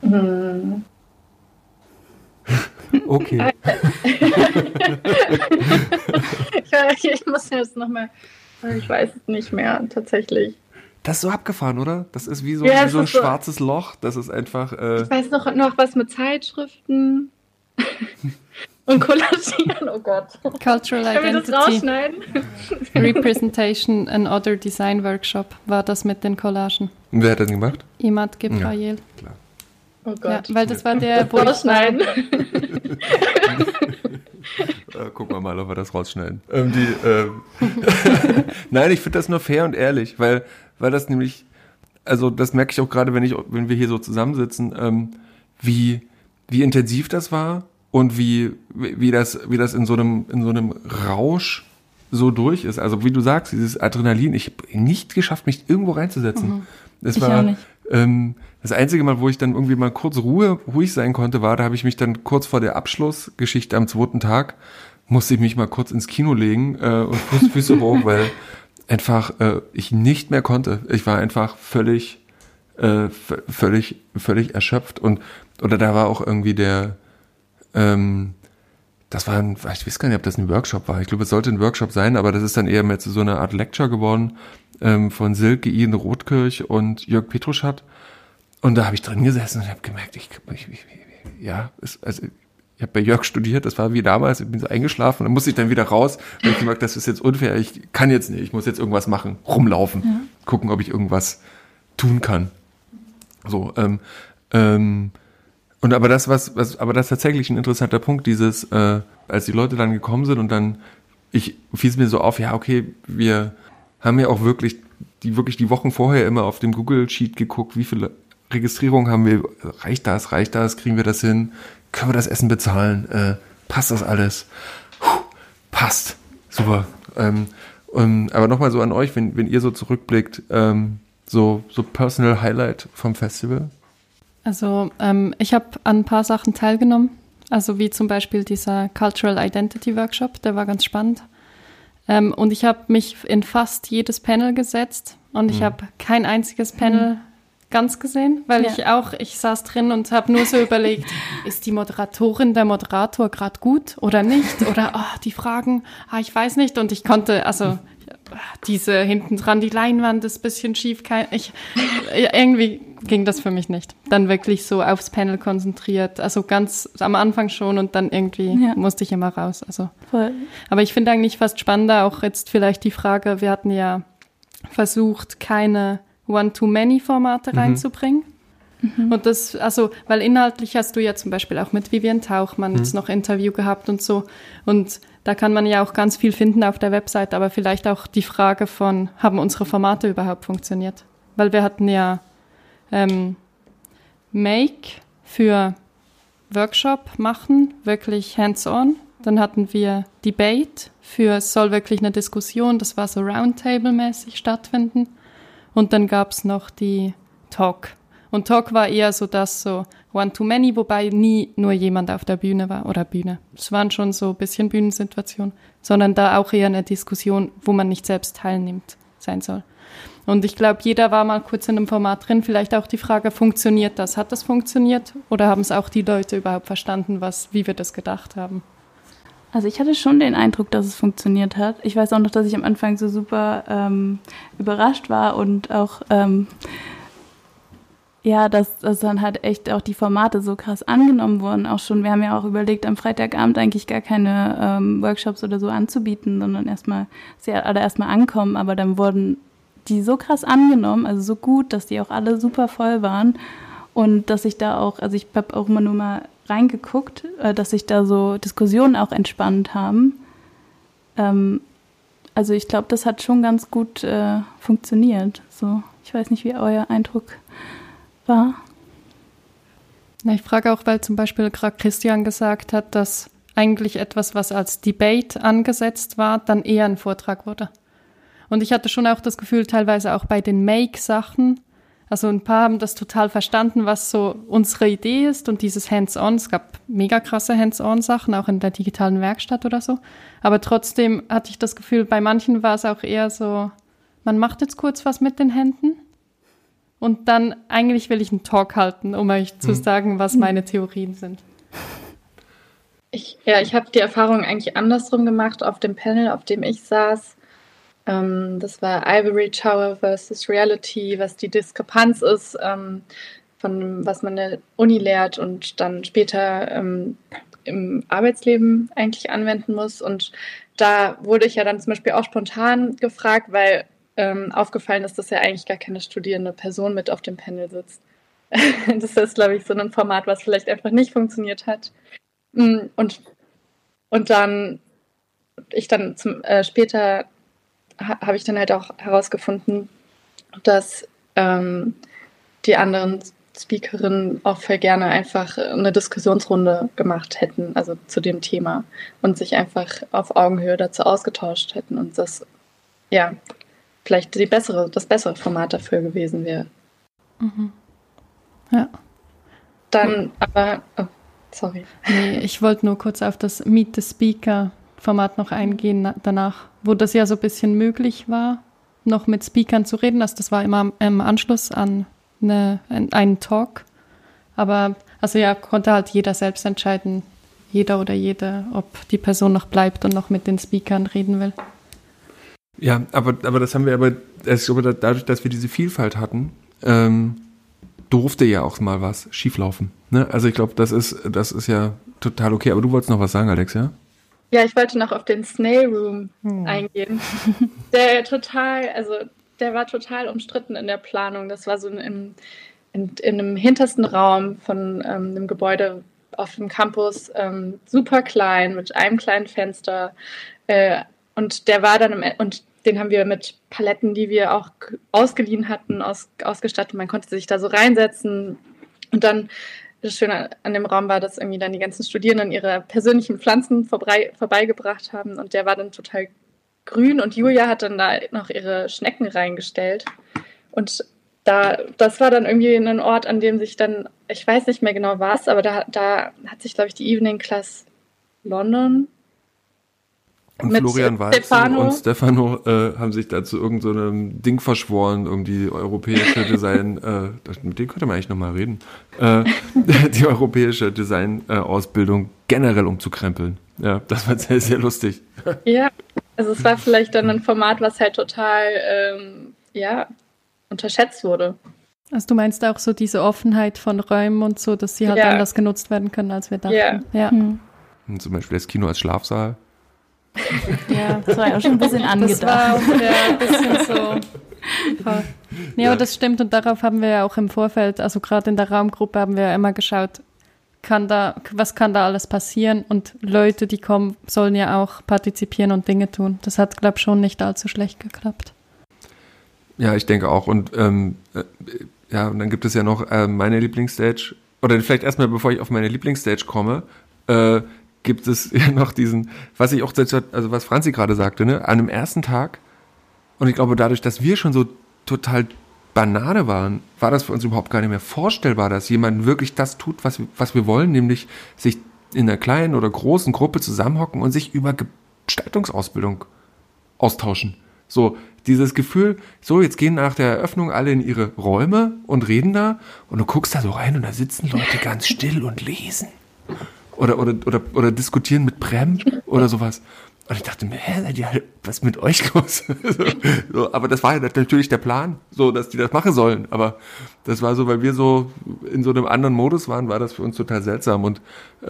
Okay. Ich muss jetzt nochmal, ich weiß es nicht mehr, tatsächlich. Das ist so abgefahren, oder? Das ist wie so ein schwarzes Loch. Das ist einfach... Ich weiß noch was mit Zeitschriften und Collagieren. Oh Gott. Cultural Identity. Können wir das rausschneiden? Representation and Other Design Workshop war das mit den Collagen. Und wer hat das gemacht? Imad Gebrayel. Ja, klar. Oh Gott. Ja, weil das war der, wo rausschneiden. Gucken wir mal, ob wir das rausschneiden. Nein, ich finde das nur fair und ehrlich, weil das nämlich, also das merke ich auch gerade, wenn wir hier so zusammensitzen, wie intensiv das war und wie das in so einem Rausch so durch ist. Also wie du sagst, dieses Adrenalin, ich habe nicht geschafft, mich irgendwo reinzusetzen. Das war auch nicht. Das einzige Mal, wo ich dann irgendwie mal kurz ruhig sein konnte, da habe ich mich dann kurz vor der Abschlussgeschichte am 2. Tag, musste ich mich mal kurz ins Kino legen und Füße hoch, weil einfach ich nicht mehr konnte. Ich war einfach völlig erschöpft oder da war auch irgendwie das war ich weiß gar nicht, ob das ein Workshop war. Ich glaube, es sollte ein Workshop sein, aber das ist dann eher mehr zu so einer Art Lecture geworden. von Silke, Ian Rothkirch und Jörg Petruschat. Und da habe ich drin gesessen und habe gemerkt, ich habe bei Jörg studiert, das war wie damals, ich bin so eingeschlafen, dann musste ich dann wieder raus, weil ich gemerkt, das ist jetzt unfair, ich kann jetzt nicht, ich muss jetzt irgendwas machen, rumlaufen, gucken, ob ich irgendwas tun kann. So, und aber das ist tatsächlich ein interessanter Punkt, dieses, als die Leute dann gekommen sind und dann fiel es mir so auf, ja, okay, wir haben ja auch wirklich die Wochen vorher immer auf dem Google Sheet geguckt, wie viele Registrierungen haben wir, reicht das, kriegen wir das hin, können wir das Essen bezahlen, passt das alles? Passt, super. Aber nochmal so an euch, wenn ihr so zurückblickt, so Personal Highlight vom Festival? Also ich habe an ein paar Sachen teilgenommen, also wie zum Beispiel dieser Cultural Identity Workshop, der war ganz spannend. Und ich habe mich in fast jedes Panel gesetzt und ich habe kein einziges Panel ganz gesehen, weil ich saß drin und habe nur so überlegt, ist die Moderatorin, der Moderator gerade gut oder nicht? Oder die Fragen, ich weiß nicht. Und ich konnte, also diese hinten dran, die Leinwand ist ein bisschen schief. Irgendwie ging das für mich nicht. Dann wirklich so aufs Panel konzentriert. Also ganz am Anfang schon und dann irgendwie musste ich immer raus. Also. Voll. Aber ich finde eigentlich fast spannender auch jetzt vielleicht die Frage, wir hatten ja versucht, keine One-to-Many-Formate reinzubringen. Und das, also, weil inhaltlich hast du ja zum Beispiel auch mit Vivian Tauchmann jetzt noch Interview gehabt und so. Und da kann man ja auch ganz viel finden auf der Website, aber vielleicht auch die Frage von, haben unsere Formate überhaupt funktioniert? Weil wir hatten ja Make für Workshop machen, wirklich hands-on. Dann hatten wir Debate für, es soll wirklich eine Diskussion, das war so Roundtable-mäßig stattfinden. Und dann gab es noch die Talk. Und Talk war eher so das so One-to-Many, wobei nie nur jemand auf der Bühne war oder Bühne. Es waren schon so ein bisschen Bühnensituationen, sondern da auch eher eine Diskussion, wo man nicht selbst teilnimmt, sein soll. Und ich glaube, jeder war mal kurz in einem Format drin. Vielleicht auch die Frage, funktioniert das? Hat das funktioniert? Oder haben es auch die Leute überhaupt verstanden, wie wir das gedacht haben? Also ich hatte schon den Eindruck, dass es funktioniert hat. Ich weiß auch noch, dass ich am Anfang so super überrascht war und auch dass dann halt echt auch die Formate so krass angenommen wurden. Auch schon, wir haben ja auch überlegt, am Freitagabend eigentlich gar keine Workshops oder so anzubieten, sondern erstmal ankommen. Aber dann wurden die so krass angenommen, also so gut, dass die auch alle super voll waren. Und dass ich da auch, also ich habe auch immer nur mal reingeguckt, dass sich da so Diskussionen auch entspannt haben. Also ich glaube, das hat schon ganz gut funktioniert. So, ich weiß nicht, wie euer Eindruck war. Na, ich frage auch, weil zum Beispiel gerade Christian gesagt hat, dass eigentlich etwas, was als Debate angesetzt war, dann eher ein Vortrag wurde. Und ich hatte schon auch das Gefühl, teilweise auch bei den Make-Sachen, also ein paar haben das total verstanden, was so unsere Idee ist und dieses Hands-on. Es gab mega krasse Hands-on-Sachen, auch in der digitalen Werkstatt oder so. Aber trotzdem hatte ich das Gefühl, bei manchen war es auch eher so, man macht jetzt kurz was mit den Händen und dann eigentlich will ich einen Talk halten, um euch zu sagen, was meine Theorien sind. Ich habe die Erfahrung eigentlich andersrum gemacht auf dem Panel, auf dem ich saß. Das war Ivory Tower versus Reality, was die Diskrepanz ist von was man in der Uni lehrt und dann später im Arbeitsleben eigentlich anwenden muss. Und da wurde ich ja dann zum Beispiel auch spontan gefragt, weil aufgefallen ist, dass ja eigentlich gar keine studierende Person mit auf dem Panel sitzt. Das ist, glaube ich, so ein Format, was vielleicht einfach nicht funktioniert hat. Und dann später habe ich dann halt auch herausgefunden, dass die anderen Speakerinnen auch voll gerne einfach eine Diskussionsrunde gemacht hätten, also zu dem Thema und sich einfach auf Augenhöhe dazu ausgetauscht hätten und das vielleicht das bessere Format dafür gewesen wäre. Mhm. Ja. Dann aber, sorry. Nee, ich wollte nur kurz auf das Meet the Speaker Format noch eingehen danach, wo das ja so ein bisschen möglich war, noch mit Speakern zu reden. Also das war immer im Anschluss an einen Talk. Aber also konnte halt jeder selbst entscheiden, jeder oder jede, ob die Person noch bleibt und noch mit den Speakern reden will. Ja, aber das haben wir ich glaube, dadurch, dass wir diese Vielfalt hatten, durfte ja auch mal was schieflaufen. Ne? Also ich glaube, das ist ja total okay. Aber du wolltest noch was sagen, Alex, ja? Ja, ich wollte noch auf den Snail Room eingehen. Der war total umstritten in der Planung. Das war so in einem hintersten Raum von einem Gebäude auf dem Campus, super klein, mit einem kleinen Fenster. Und der war dann und den haben wir mit Paletten, die wir auch ausgeliehen hatten, ausgestattet. Man konnte sich da so reinsetzen. Und dann, das Schöne an dem Raum war, dass irgendwie dann die ganzen Studierenden ihre persönlichen Pflanzen vorbeigebracht haben. Und der war dann total grün. Und Julia hat dann da noch ihre Schnecken reingestellt. Und das war dann irgendwie ein Ort, an dem sich dann, ich weiß nicht mehr genau was, aber da hat sich, glaube ich, die Evening Class London und Florian Walzen und Stefano haben sich da zu irgendeinem Ding verschworen, irgendwie europäische Design, mit denen könnte man eigentlich nochmal reden, die europäische Design-Ausbildung generell umzukrempeln. Ja, das war sehr, sehr lustig. Ja, also es war vielleicht dann ein Format, was halt total, unterschätzt wurde. Also du meinst auch so diese Offenheit von Räumen und so, dass sie halt anders genutzt werden können, als wir dachten. Ja. Und zum Beispiel das Kino als Schlafsaal. Ja, das war ja auch schon ein bisschen angedacht. Das war auch ein bisschen so. Nee, aber das stimmt und darauf haben wir ja auch im Vorfeld, also gerade in der Raumgruppe haben wir ja immer geschaut, was kann da alles passieren und Leute, die kommen, sollen ja auch partizipieren und Dinge tun. Das hat, glaube ich, schon nicht allzu schlecht geklappt. Ja, ich denke auch. Und und dann gibt es ja noch meine Lieblingsstage. Oder vielleicht erstmal, bevor ich auf meine Lieblingsstage komme, gibt es ja noch diesen, was Franzi gerade sagte, ne, an dem ersten Tag. Und ich glaube, dadurch, dass wir schon so total Banane waren, war das für uns überhaupt gar nicht mehr vorstellbar, dass jemand wirklich das tut, was wir wollen, nämlich sich in einer kleinen oder großen Gruppe zusammenhocken und sich über Gestaltungsausbildung austauschen. So, dieses Gefühl, so, jetzt gehen nach der Eröffnung alle in ihre Räume und reden da und du guckst da so rein und da sitzen Leute ganz still und lesen. Oder diskutieren mit Prem oder sowas. Und ich dachte mir, was ist mit euch los? So, aber das war ja natürlich der Plan, so, dass die das machen sollen. Aber das war so, weil wir so in so einem anderen Modus waren, war das für uns total seltsam. Und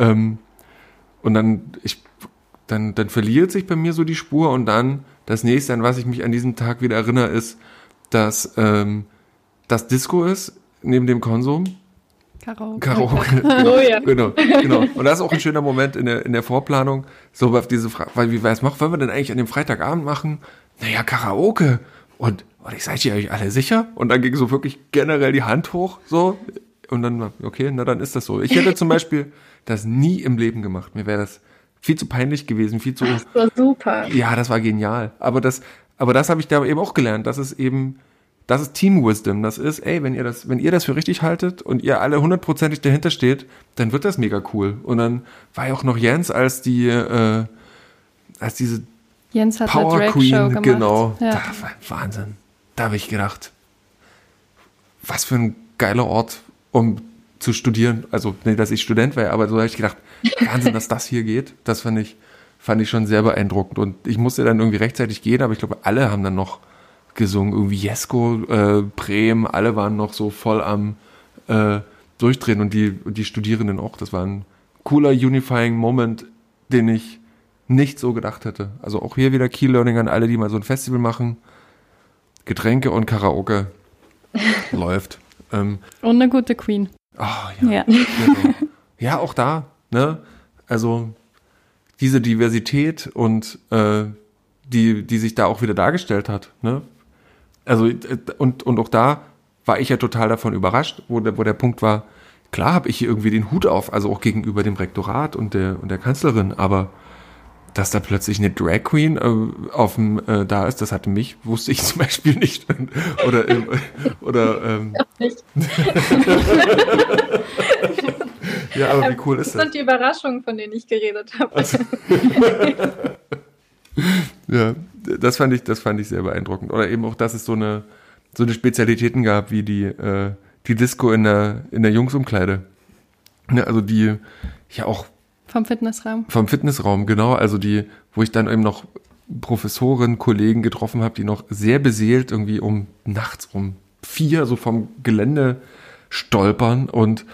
dann verliert sich bei mir so die Spur und dann das nächste, an was ich mich an diesem Tag wieder erinnere, ist, dass das Disco ist, neben dem Konsum. Karaoke. Oh ja. Genau. Und das ist auch ein schöner Moment in der Vorplanung, so auf diese Frage, weil was wollen wir denn eigentlich an dem Freitagabend machen? Naja, Karaoke. Und ich seid ihr euch alle sicher? Und dann ging so wirklich generell die Hand hoch, so. Und dann, okay, na dann ist das so. Ich hätte zum Beispiel das nie im Leben gemacht. Mir wäre das viel zu peinlich gewesen, Das war super. Ja, das war genial. Aber das habe ich da eben auch gelernt. Das ist Team Wisdom. Das ist, wenn ihr das für richtig haltet und ihr alle 100%ig dahinter steht, dann wird das mega cool. Und dann war ja auch noch Jens als diese Jens hat Power eine Queen, Drag-Show gemacht. genau. Ja. Das war Wahnsinn. Da habe ich gedacht, was für ein geiler Ort, um zu studieren. Also, nicht, dass ich Student wäre, aber so habe ich gedacht, Wahnsinn, dass das hier geht. Das fand ich schon sehr beeindruckend. Und ich musste dann irgendwie rechtzeitig gehen, aber ich glaube, alle haben dann noch gesungen. Irgendwie Jesko, Prem, alle waren noch so voll am Durchdrehen und die Studierenden auch. Das war ein cooler Unifying Moment, den ich nicht so gedacht hätte. Also auch hier wieder Key Learning an alle, die mal so ein Festival machen. Getränke und Karaoke läuft. Und eine gute Queen. Ja. Genau. Ja, auch da, ne? Also diese Diversität und die sich da auch wieder dargestellt hat, ne? Also und auch da war ich ja total davon überrascht, wo der Punkt war, klar habe ich hier irgendwie den Hut auf, also auch gegenüber dem Rektorat und der Kanzlerin, aber dass da plötzlich eine Drag Queen da ist, wusste ich zum Beispiel nicht. Nicht. Ja, aber wie cool ist das? Das sind die Überraschungen, von denen ich geredet habe. Also, ja, das fand ich sehr beeindruckend. Oder eben auch, dass es so eine Spezialitäten gab, wie die Disco in der Jungsumkleide. Ja, also die ja auch Vom Fitnessraum. Vom Fitnessraum, genau. Also wo ich dann eben noch Professoren, Kollegen getroffen habe, die noch sehr beseelt irgendwie nachts um 4 so vom Gelände stolpern und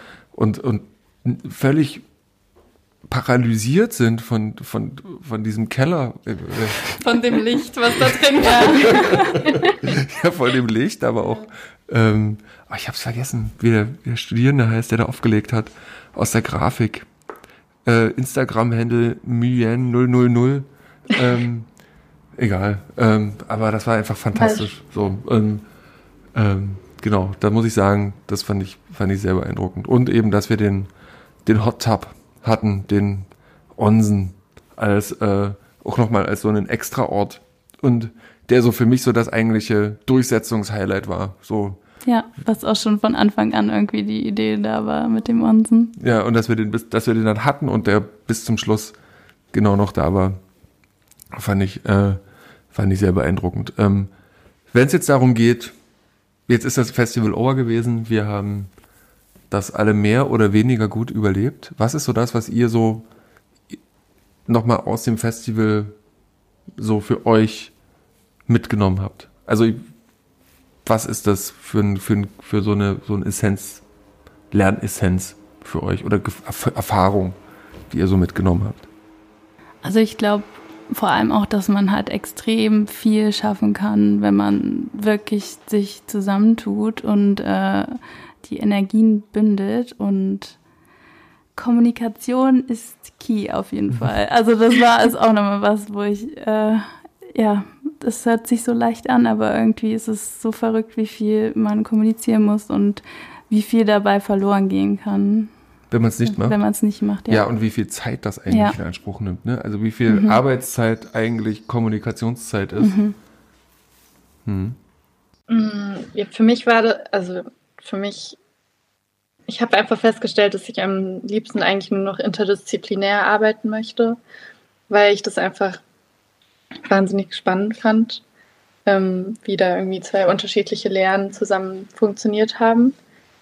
völlig paralysiert sind von diesem Keller. Von dem Licht, was da drin war. Ja, von dem Licht, aber auch ich habe es vergessen, wie der Studierende heißt, der da aufgelegt hat, aus der Grafik. Instagram-Handle Myen000. Egal. Aber das war einfach fantastisch. So, genau, da muss ich sagen, das fand ich sehr beeindruckend. Und eben, dass wir den Hot Tub hatten, den Onsen, als auch nochmal als so einen Extraort. Und der so für mich so das eigentliche Durchsetzungshighlight war. So. Ja, was auch schon von Anfang an irgendwie die Idee da war mit dem Onsen. Ja, und dass wir den dann hatten und der bis zum Schluss genau noch da war, fand ich sehr beeindruckend. Wenn es jetzt darum geht, jetzt ist das Festival over gewesen, wir haben das alle mehr oder weniger gut überlebt. Was ist so das, was ihr so nochmal aus dem Festival so für euch mitgenommen habt? Also was ist das für so eine Lernessenz für euch oder Erfahrung, die ihr so mitgenommen habt? Also ich glaube vor allem auch, dass man halt extrem viel schaffen kann, wenn man wirklich sich zusammentut und die Energien bündelt, und Kommunikation ist key auf jeden Fall. Also das war es auch nochmal was, wo ich, das hört sich so leicht an, aber irgendwie ist es so verrückt, wie viel man kommunizieren muss und wie viel dabei verloren gehen kann. Wenn man es nicht macht? Wenn man es nicht macht, ja. Ja, und wie viel Zeit das eigentlich in Anspruch nimmt, ne? Also wie viel Arbeitszeit eigentlich Kommunikationszeit ist. Ja, für mich war das, ich habe einfach festgestellt, dass ich am liebsten eigentlich nur noch interdisziplinär arbeiten möchte, weil ich das einfach wahnsinnig spannend fand, wie da irgendwie zwei unterschiedliche Lehren zusammen funktioniert haben.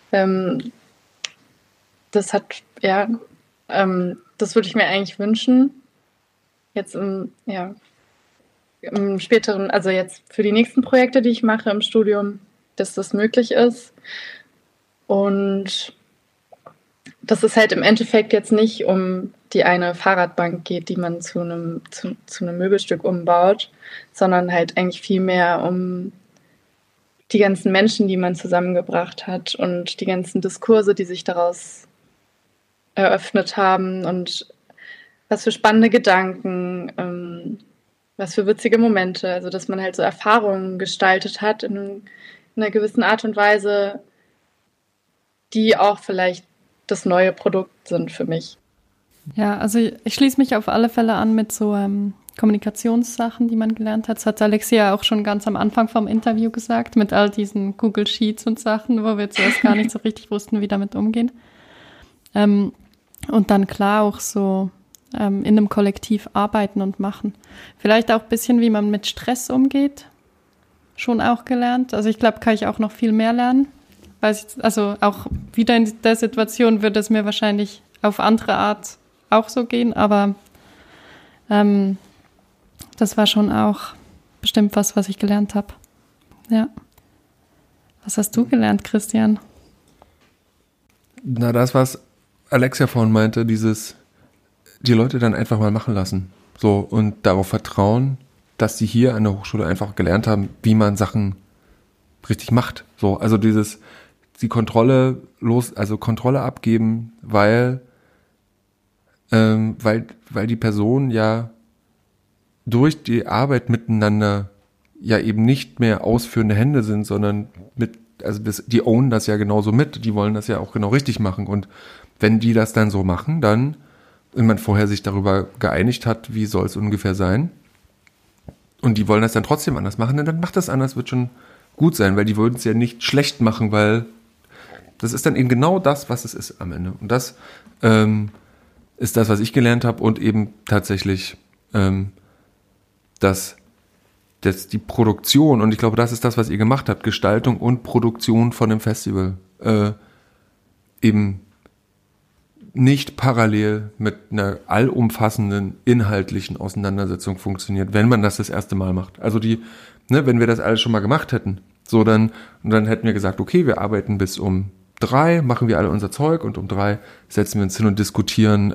Das würde ich mir eigentlich wünschen, jetzt im späteren, also jetzt für die nächsten Projekte, die ich mache im Studium, dass das möglich ist. Und dass es halt im Endeffekt jetzt nicht um die eine Fahrradbank geht, die man zu einem Möbelstück umbaut, sondern halt eigentlich viel mehr um die ganzen Menschen, die man zusammengebracht hat und die ganzen Diskurse, die sich daraus eröffnet haben und was für spannende Gedanken, was für witzige Momente, also dass man halt so Erfahrungen gestaltet hat in einer gewissen Art und Weise, die auch vielleicht das neue Produkt sind für mich. Ja, also ich schließe mich auf alle Fälle an mit so Kommunikationssachen, die man gelernt hat. Das hat Alexia auch schon ganz am Anfang vom Interview gesagt, mit all diesen Google Sheets und Sachen, wo wir zuerst gar nicht so richtig wussten, wie damit umgehen. Und dann klar auch so in einem Kollektiv arbeiten und machen. Vielleicht auch ein bisschen, wie man mit Stress umgeht, schon auch gelernt. Also ich glaube, kann ich auch noch viel mehr lernen. Also auch wieder in der Situation würde es mir wahrscheinlich auf andere Art auch so gehen, aber das war schon auch bestimmt was ich gelernt habe. Ja. Was hast du gelernt, Christian? Na, das, was Alexia vorhin meinte, die Leute dann einfach mal machen lassen. So, und darauf vertrauen, dass sie hier an der Hochschule einfach gelernt haben, wie man Sachen richtig macht. So, also die Kontrolle abgeben, weil die Personen ja durch die Arbeit miteinander ja eben nicht mehr ausführende Hände sind, sondern die ownen das ja genauso mit, die wollen das ja auch genau richtig machen, und wenn die das dann so machen, dann, wenn man vorher sich darüber geeinigt hat, wie soll es ungefähr sein, und die wollen das dann trotzdem anders machen, dann macht das anders, wird schon gut sein, weil die würden es ja nicht schlecht machen, weil das ist dann eben genau das, was es ist am Ende. Und das ist das, was ich gelernt habe, und eben tatsächlich, dass die Produktion, und ich glaube, das ist das, was ihr gemacht habt, Gestaltung und Produktion von dem Festival, eben nicht parallel mit einer allumfassenden inhaltlichen Auseinandersetzung funktioniert, wenn man das erste Mal macht. Also wenn wir das alles schon mal gemacht hätten, und dann hätten wir gesagt, okay, wir arbeiten bis um 3, machen wir alle unser Zeug und um 3 setzen wir uns hin und diskutieren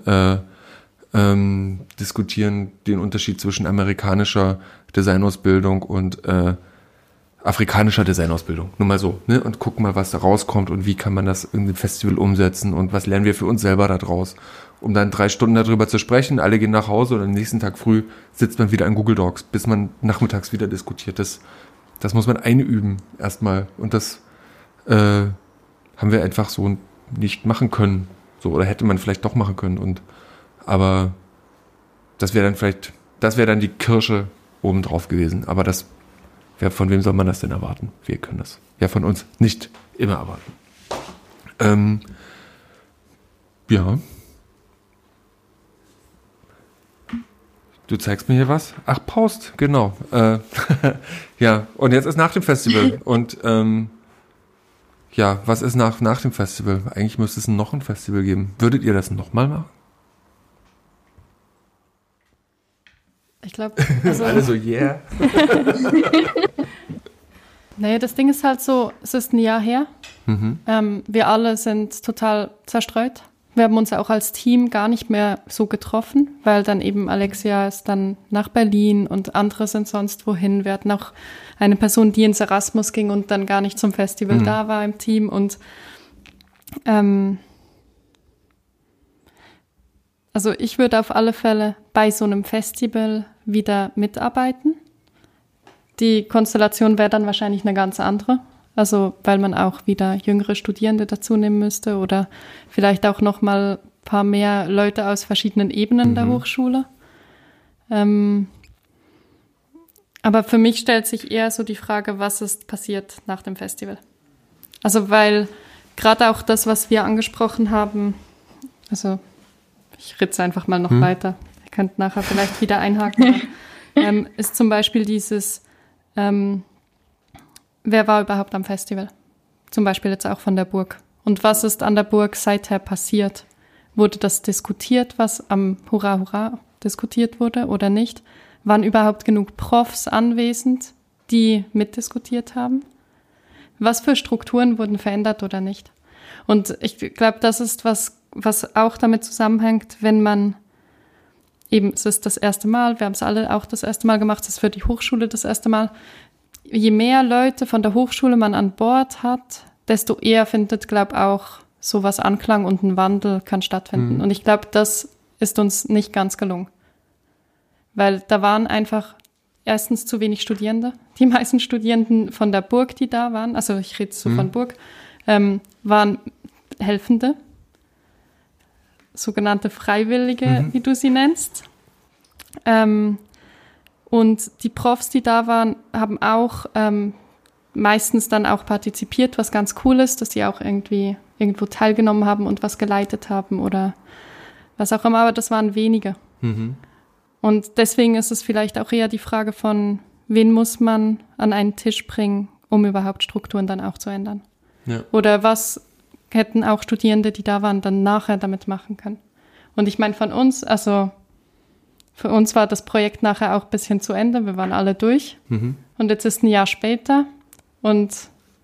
den Unterschied zwischen amerikanischer Designausbildung und afrikanischer Designausbildung. Nur mal so, ne? Und gucken mal, was da rauskommt und wie kann man das in dem Festival umsetzen und was lernen wir für uns selber da draus. Um dann 3 Stunden darüber zu sprechen, alle gehen nach Hause und am nächsten Tag früh sitzt man wieder an Google Docs, bis man nachmittags wieder diskutiert. Das muss man einüben erstmal. Und das haben wir einfach so nicht machen können. So, oder hätte man vielleicht doch machen können. Aber das wäre dann die Kirsche obendrauf gewesen. Aber von wem soll man das denn erwarten? Wir können das ja von uns nicht immer erwarten. Ja. Du zeigst mir hier was? Ach, Post, genau. Ja, und jetzt ist nach dem Festival. Und was ist nach dem Festival? Eigentlich müsste es noch ein Festival geben. Würdet ihr das nochmal machen? Ich glaube, also yeah. Nee, das Ding ist halt so, es ist ein Jahr her. Wir alle sind total zerstreut. Wir haben uns auch als Team gar nicht mehr so getroffen, weil dann eben Alexia ist dann nach Berlin und andere sind sonst wohin. Wir hatten auch eine Person, die ins Erasmus ging und dann gar nicht zum Festival da war im Team. Und also ich würde auf alle Fälle bei so einem Festival wieder mitarbeiten. Die Konstellation wäre dann wahrscheinlich eine ganz andere. Also weil man auch wieder jüngere Studierende dazu nehmen müsste oder vielleicht auch noch mal ein paar mehr Leute aus verschiedenen Ebenen der Hochschule. Aber für mich stellt sich eher so die Frage, was ist passiert nach dem Festival? Also weil gerade auch das, was wir angesprochen haben, also ich ritze einfach mal noch weiter, ihr könnt nachher vielleicht wieder einhaken, ist zum Beispiel dieses wer war überhaupt am Festival? Zum Beispiel jetzt auch von der Burg. Und was ist an der Burg seither passiert? Wurde das diskutiert, was am Hurra Hurra diskutiert wurde oder nicht? Waren überhaupt genug Profs anwesend, die mitdiskutiert haben? Was für Strukturen wurden verändert oder nicht? Und ich glaube, das ist was auch damit zusammenhängt, wenn man eben, es ist das erste Mal, wir haben es alle auch das erste Mal gemacht, es ist für die Hochschule das erste Mal. Je mehr Leute von der Hochschule man an Bord hat, desto eher findet, glaube ich, auch sowas Anklang und ein Wandel kann stattfinden. Und ich glaube, das ist uns nicht ganz gelungen. Weil da waren einfach erstens zu wenig Studierende. Die meisten Studierenden von der Burg, die da waren, also ich rede so von Burg, waren Helfende, sogenannte Freiwillige, wie du sie nennst. Und die Profs, die da waren, haben auch meistens dann auch partizipiert, was ganz cool ist, dass die auch irgendwo teilgenommen haben und was geleitet haben oder was auch immer, aber das waren wenige. Und deswegen ist es vielleicht auch eher die Frage von, wen muss man an einen Tisch bringen, um überhaupt Strukturen dann auch zu ändern? Ja. Oder was hätten auch Studierende, die da waren, dann nachher damit machen können? Und ich meine von uns, also für uns war das Projekt nachher auch ein bisschen zu Ende. Wir waren alle durch. Und jetzt ist ein Jahr später und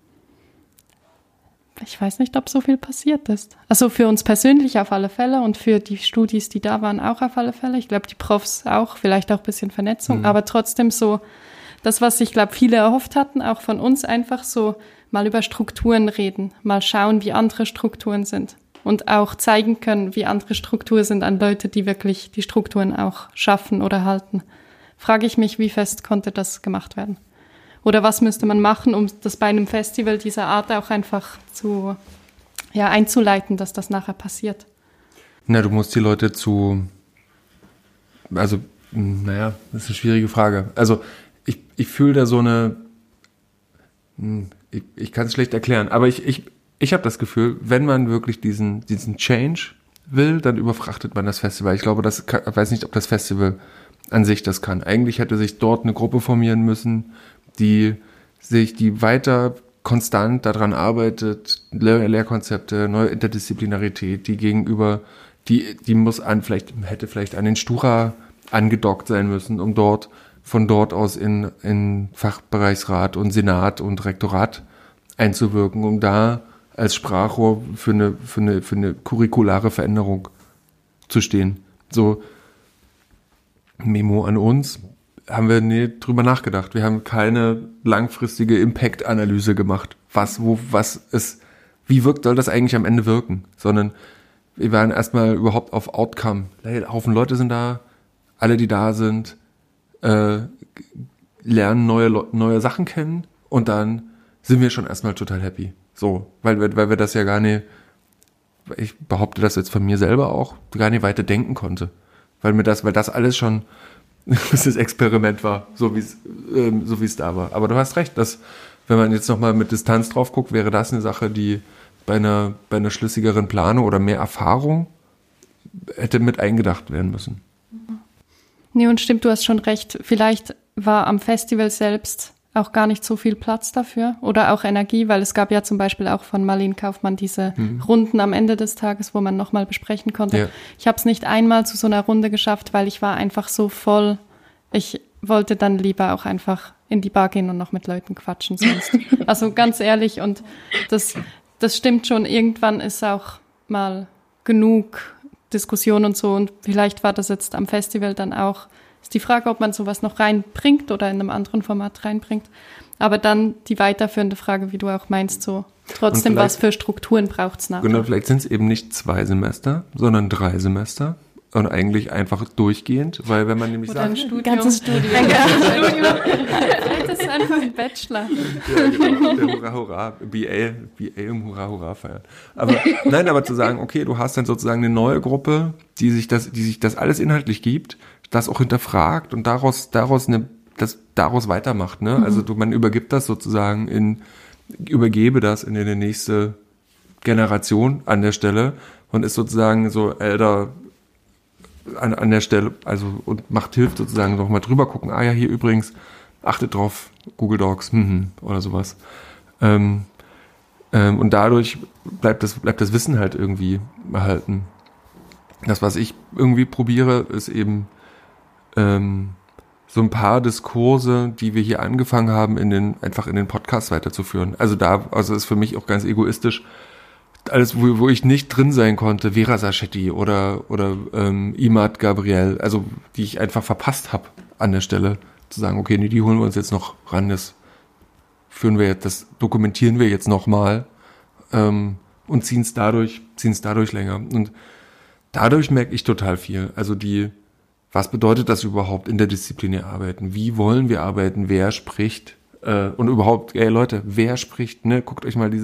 ich weiß nicht, ob so viel passiert ist. Also für uns persönlich auf alle Fälle und für die Studis, die da waren, auch auf alle Fälle. Ich glaube, die Profs auch, vielleicht auch ein bisschen Vernetzung, aber trotzdem so das, was ich glaube, viele erhofft hatten, auch von uns einfach so mal über Strukturen reden, mal schauen, wie andere Strukturen sind. Und auch zeigen können, wie andere Strukturen sind an Leute, die wirklich die Strukturen auch schaffen oder halten. Frage ich mich, wie fest konnte das gemacht werden? Oder was müsste man machen, um das bei einem Festival dieser Art auch einfach einzuleiten, dass das nachher passiert? Na, du musst die Leute das ist eine schwierige Frage. Also ich fühle da so eine, ich kann es schlecht erklären, aber ich habe das Gefühl, wenn man wirklich diesen Change will, dann überfrachtet man das Festival. Ich glaube, ich weiß nicht, ob das Festival an sich das kann. Eigentlich hätte sich dort eine Gruppe formieren müssen, die weiter konstant daran arbeitet, Lehrkonzepte, neue Interdisziplinarität, die gegenüber die muss hätte vielleicht an den Stura angedockt sein müssen, um von dort aus in Fachbereichsrat und Senat und Rektorat einzuwirken, um da als Sprachrohr für eine curriculare Veränderung zu stehen. So, Memo an uns, haben wir drüber nachgedacht. Wir haben keine langfristige Impact-Analyse gemacht. Wie soll das eigentlich am Ende wirken? Sondern wir waren erstmal überhaupt auf Outcome. Ein Haufen Leute sind da, alle, die da sind, lernen neue Sachen kennen und dann sind wir schon erstmal total happy. So, weil wir das ja gar nicht, ich behaupte das jetzt von mir selber auch, gar nicht weiter denken konnte. Weil das alles schon das Experiment war, so wie es da war. Aber du hast recht, dass, wenn man jetzt nochmal mit Distanz drauf guckt, wäre das eine Sache, die bei einer schlüssigeren Planung oder mehr Erfahrung hätte mit eingedacht werden müssen. Nee, und stimmt, du hast schon recht. Vielleicht war am Festival selbst auch gar nicht so viel Platz dafür oder auch Energie, weil es gab ja zum Beispiel auch von Marlene Kaufmann diese Runden am Ende des Tages, wo man nochmal besprechen konnte. Ja. Ich habe es nicht einmal zu so einer Runde geschafft, weil ich war einfach so voll. Ich wollte dann lieber auch einfach in die Bar gehen und noch mit Leuten quatschen sonst. Also ganz ehrlich, und das stimmt schon. Irgendwann ist auch mal genug Diskussion und so, und vielleicht war das jetzt am Festival dann auch, ist die Frage, ob man sowas noch reinbringt oder in einem anderen Format reinbringt. Aber dann die weiterführende Frage, wie du auch meinst, so trotzdem, was für Strukturen braucht es nachher? Genau, vielleicht sind es eben nicht 2 Semester, sondern 3 Semester. Und eigentlich einfach durchgehend, weil wenn man nämlich oder sagt... ein Studium. Ganzes Studium. Vielleicht ist es einfach ein Bachelor. Ja, genau, der Hurra-Hurra, BA im Hurra-Hurra feiern. Aber zu sagen, okay, du hast dann sozusagen eine neue Gruppe, die sich das alles inhaltlich gibt, das auch hinterfragt und daraus weitermacht. Ne? Also man übergibt das sozusagen übergebe das in die nächste Generation an der Stelle und ist sozusagen so älter an der Stelle, also und hilft sozusagen noch mal drüber gucken, ja, hier übrigens, achtet drauf, Google Docs, oder sowas. Und dadurch bleibt das Wissen halt irgendwie erhalten. Das, was ich irgendwie probiere, ist eben so ein paar Diskurse, die wir hier angefangen haben, einfach in den Podcasts weiterzuführen. Also ist für mich auch ganz egoistisch, alles, wo ich nicht drin sein konnte, Vera Sachetti oder Imad Gabriel, also die ich einfach verpasst habe an der Stelle, zu sagen, okay, nee, die holen wir uns jetzt noch ran, das dokumentieren wir jetzt nochmal und ziehen es dadurch länger. Und dadurch merke ich total viel. Also was bedeutet das überhaupt, interdisziplinär arbeiten? Wie wollen wir arbeiten? Wer spricht? Und überhaupt, Leute, wer spricht? Ne? Guckt euch mal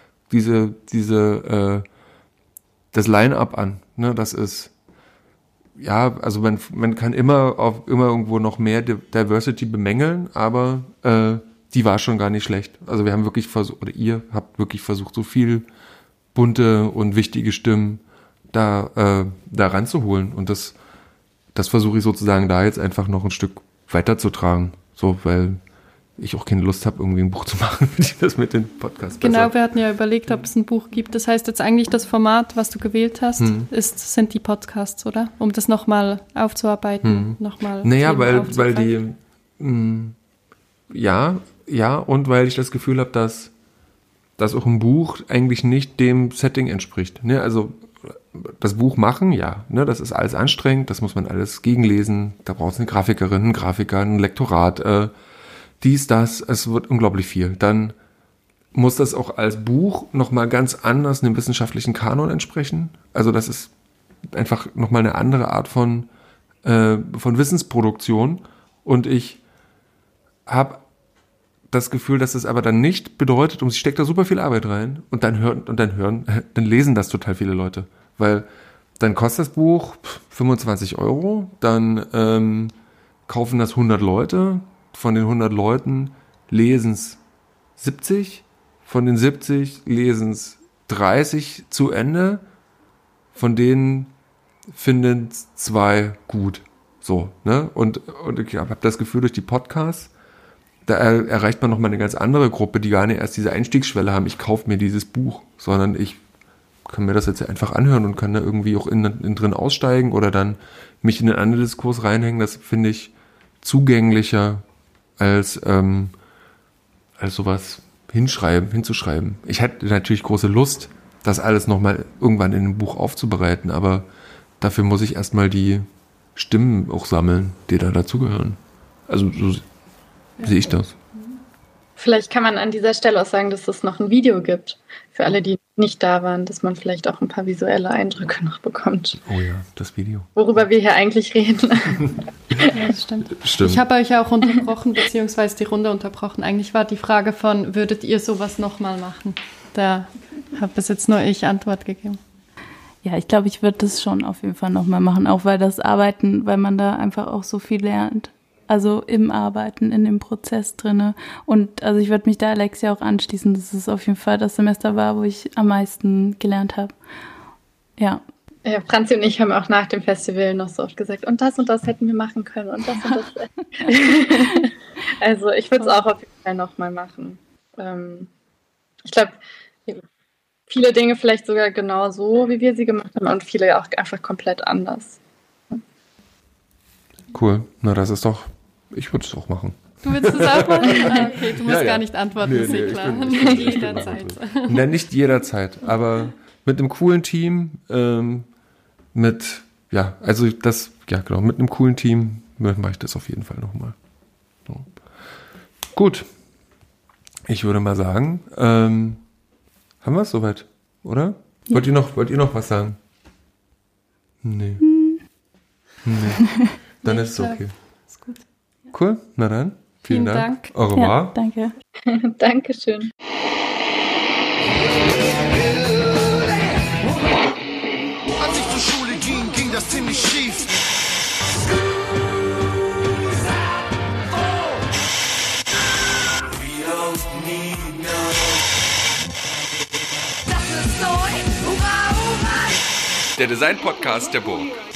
das Line-Up an. Ne? Das ist, ja, also man kann immer irgendwo noch mehr Diversity bemängeln, aber die war schon gar nicht schlecht. Also wir haben wirklich versucht, oder ihr habt wirklich versucht, so viel bunte und wichtige Stimmen da ranzuholen. Und das versuche ich sozusagen da jetzt einfach noch ein Stück weiterzutragen. So, weil ich auch keine Lust habe, irgendwie ein Buch zu machen, das mit dem Podcast besser. Genau, wir hatten ja überlegt, ob es ein Buch gibt. Das heißt jetzt eigentlich, das Format, was du gewählt hast, sind die Podcasts, oder? Um das nochmal aufzuarbeiten, nochmal. Naja, weil die, ja, und weil ich das Gefühl habe, dass auch ein Buch eigentlich nicht dem Setting entspricht. Ne? Also das Buch machen, ja, ne, das ist alles anstrengend, das muss man alles gegenlesen, da braucht es eine Grafikerin, einen Grafiker, ein Lektorat, es wird unglaublich viel. Dann muss das auch als Buch nochmal ganz anders einem wissenschaftlichen Kanon entsprechen. Also das ist einfach nochmal eine andere Art von Wissensproduktion. Und ich habe das Gefühl, dass es aber dann nicht bedeutet, ich stecke da super viel Arbeit rein und dann lesen das total viele Leute. Weil dann kostet das Buch 25 €, dann kaufen das 100 Leute, von den 100 Leuten lesen es 70, von den 70 lesen es 30 zu Ende, von denen finden es 2 gut. So, ne? Und ich habe das Gefühl, durch die Podcasts, da erreicht man nochmal eine ganz andere Gruppe, die gar nicht erst diese Einstiegsschwelle haben, ich kaufe mir dieses Buch, sondern ich kann mir das jetzt einfach anhören und kann da irgendwie auch in drin aussteigen oder dann mich in einen anderen Diskurs reinhängen. Das finde ich zugänglicher als sowas hinzuschreiben. Ich hätte natürlich große Lust, das alles nochmal irgendwann in einem Buch aufzubereiten, aber dafür muss ich erstmal die Stimmen auch sammeln, die da dazugehören. Also so sehe ich das. Vielleicht kann man an dieser Stelle auch sagen, dass es noch ein Video gibt, für alle, die nicht da waren, dass man vielleicht auch ein paar visuelle Eindrücke noch bekommt. Oh ja, das Video. Worüber wir hier eigentlich reden. Ja, das stimmt. Ich habe euch ja auch unterbrochen, beziehungsweise die Runde unterbrochen. Eigentlich war die Frage von, würdet ihr sowas nochmal machen? Da habe bis jetzt nur ich Antwort gegeben. Ja, ich glaube, ich würde das schon auf jeden Fall nochmal machen, auch weil man da einfach auch so viel lernt. Also im Arbeiten, in dem Prozess drinne. Und also ich würde mich da Alexia auch anschließen, dass es auf jeden Fall das Semester war, wo ich am meisten gelernt habe. Ja. Ja, Franzi und ich haben auch nach dem Festival noch so oft gesagt, und das hätten wir machen können und das und das. Also ich würde es auch auf jeden Fall nochmal machen. Ich glaube, viele Dinge vielleicht sogar genau so, wie wir sie gemacht haben und viele auch einfach komplett anders. Cool, na das ist doch, ich würde es auch machen. Du willst es auch machen? Okay, du musst gar nicht antworten, ist klar. Nicht jederzeit. Nein, nicht jederzeit, aber mit einem coolen Team, mit einem coolen Team mache ich das auf jeden Fall nochmal. So. Gut, ich würde mal sagen, haben wir es soweit, oder? Ja. Wollt ihr noch was sagen? Nee. Dann ist es okay. Ist gut. Cool, na dann. Vielen Dank. Au revoir. Ja, danke. Dankeschön. Als ich zur Schule ging das ziemlich schief. Der Design-Podcast der Burg.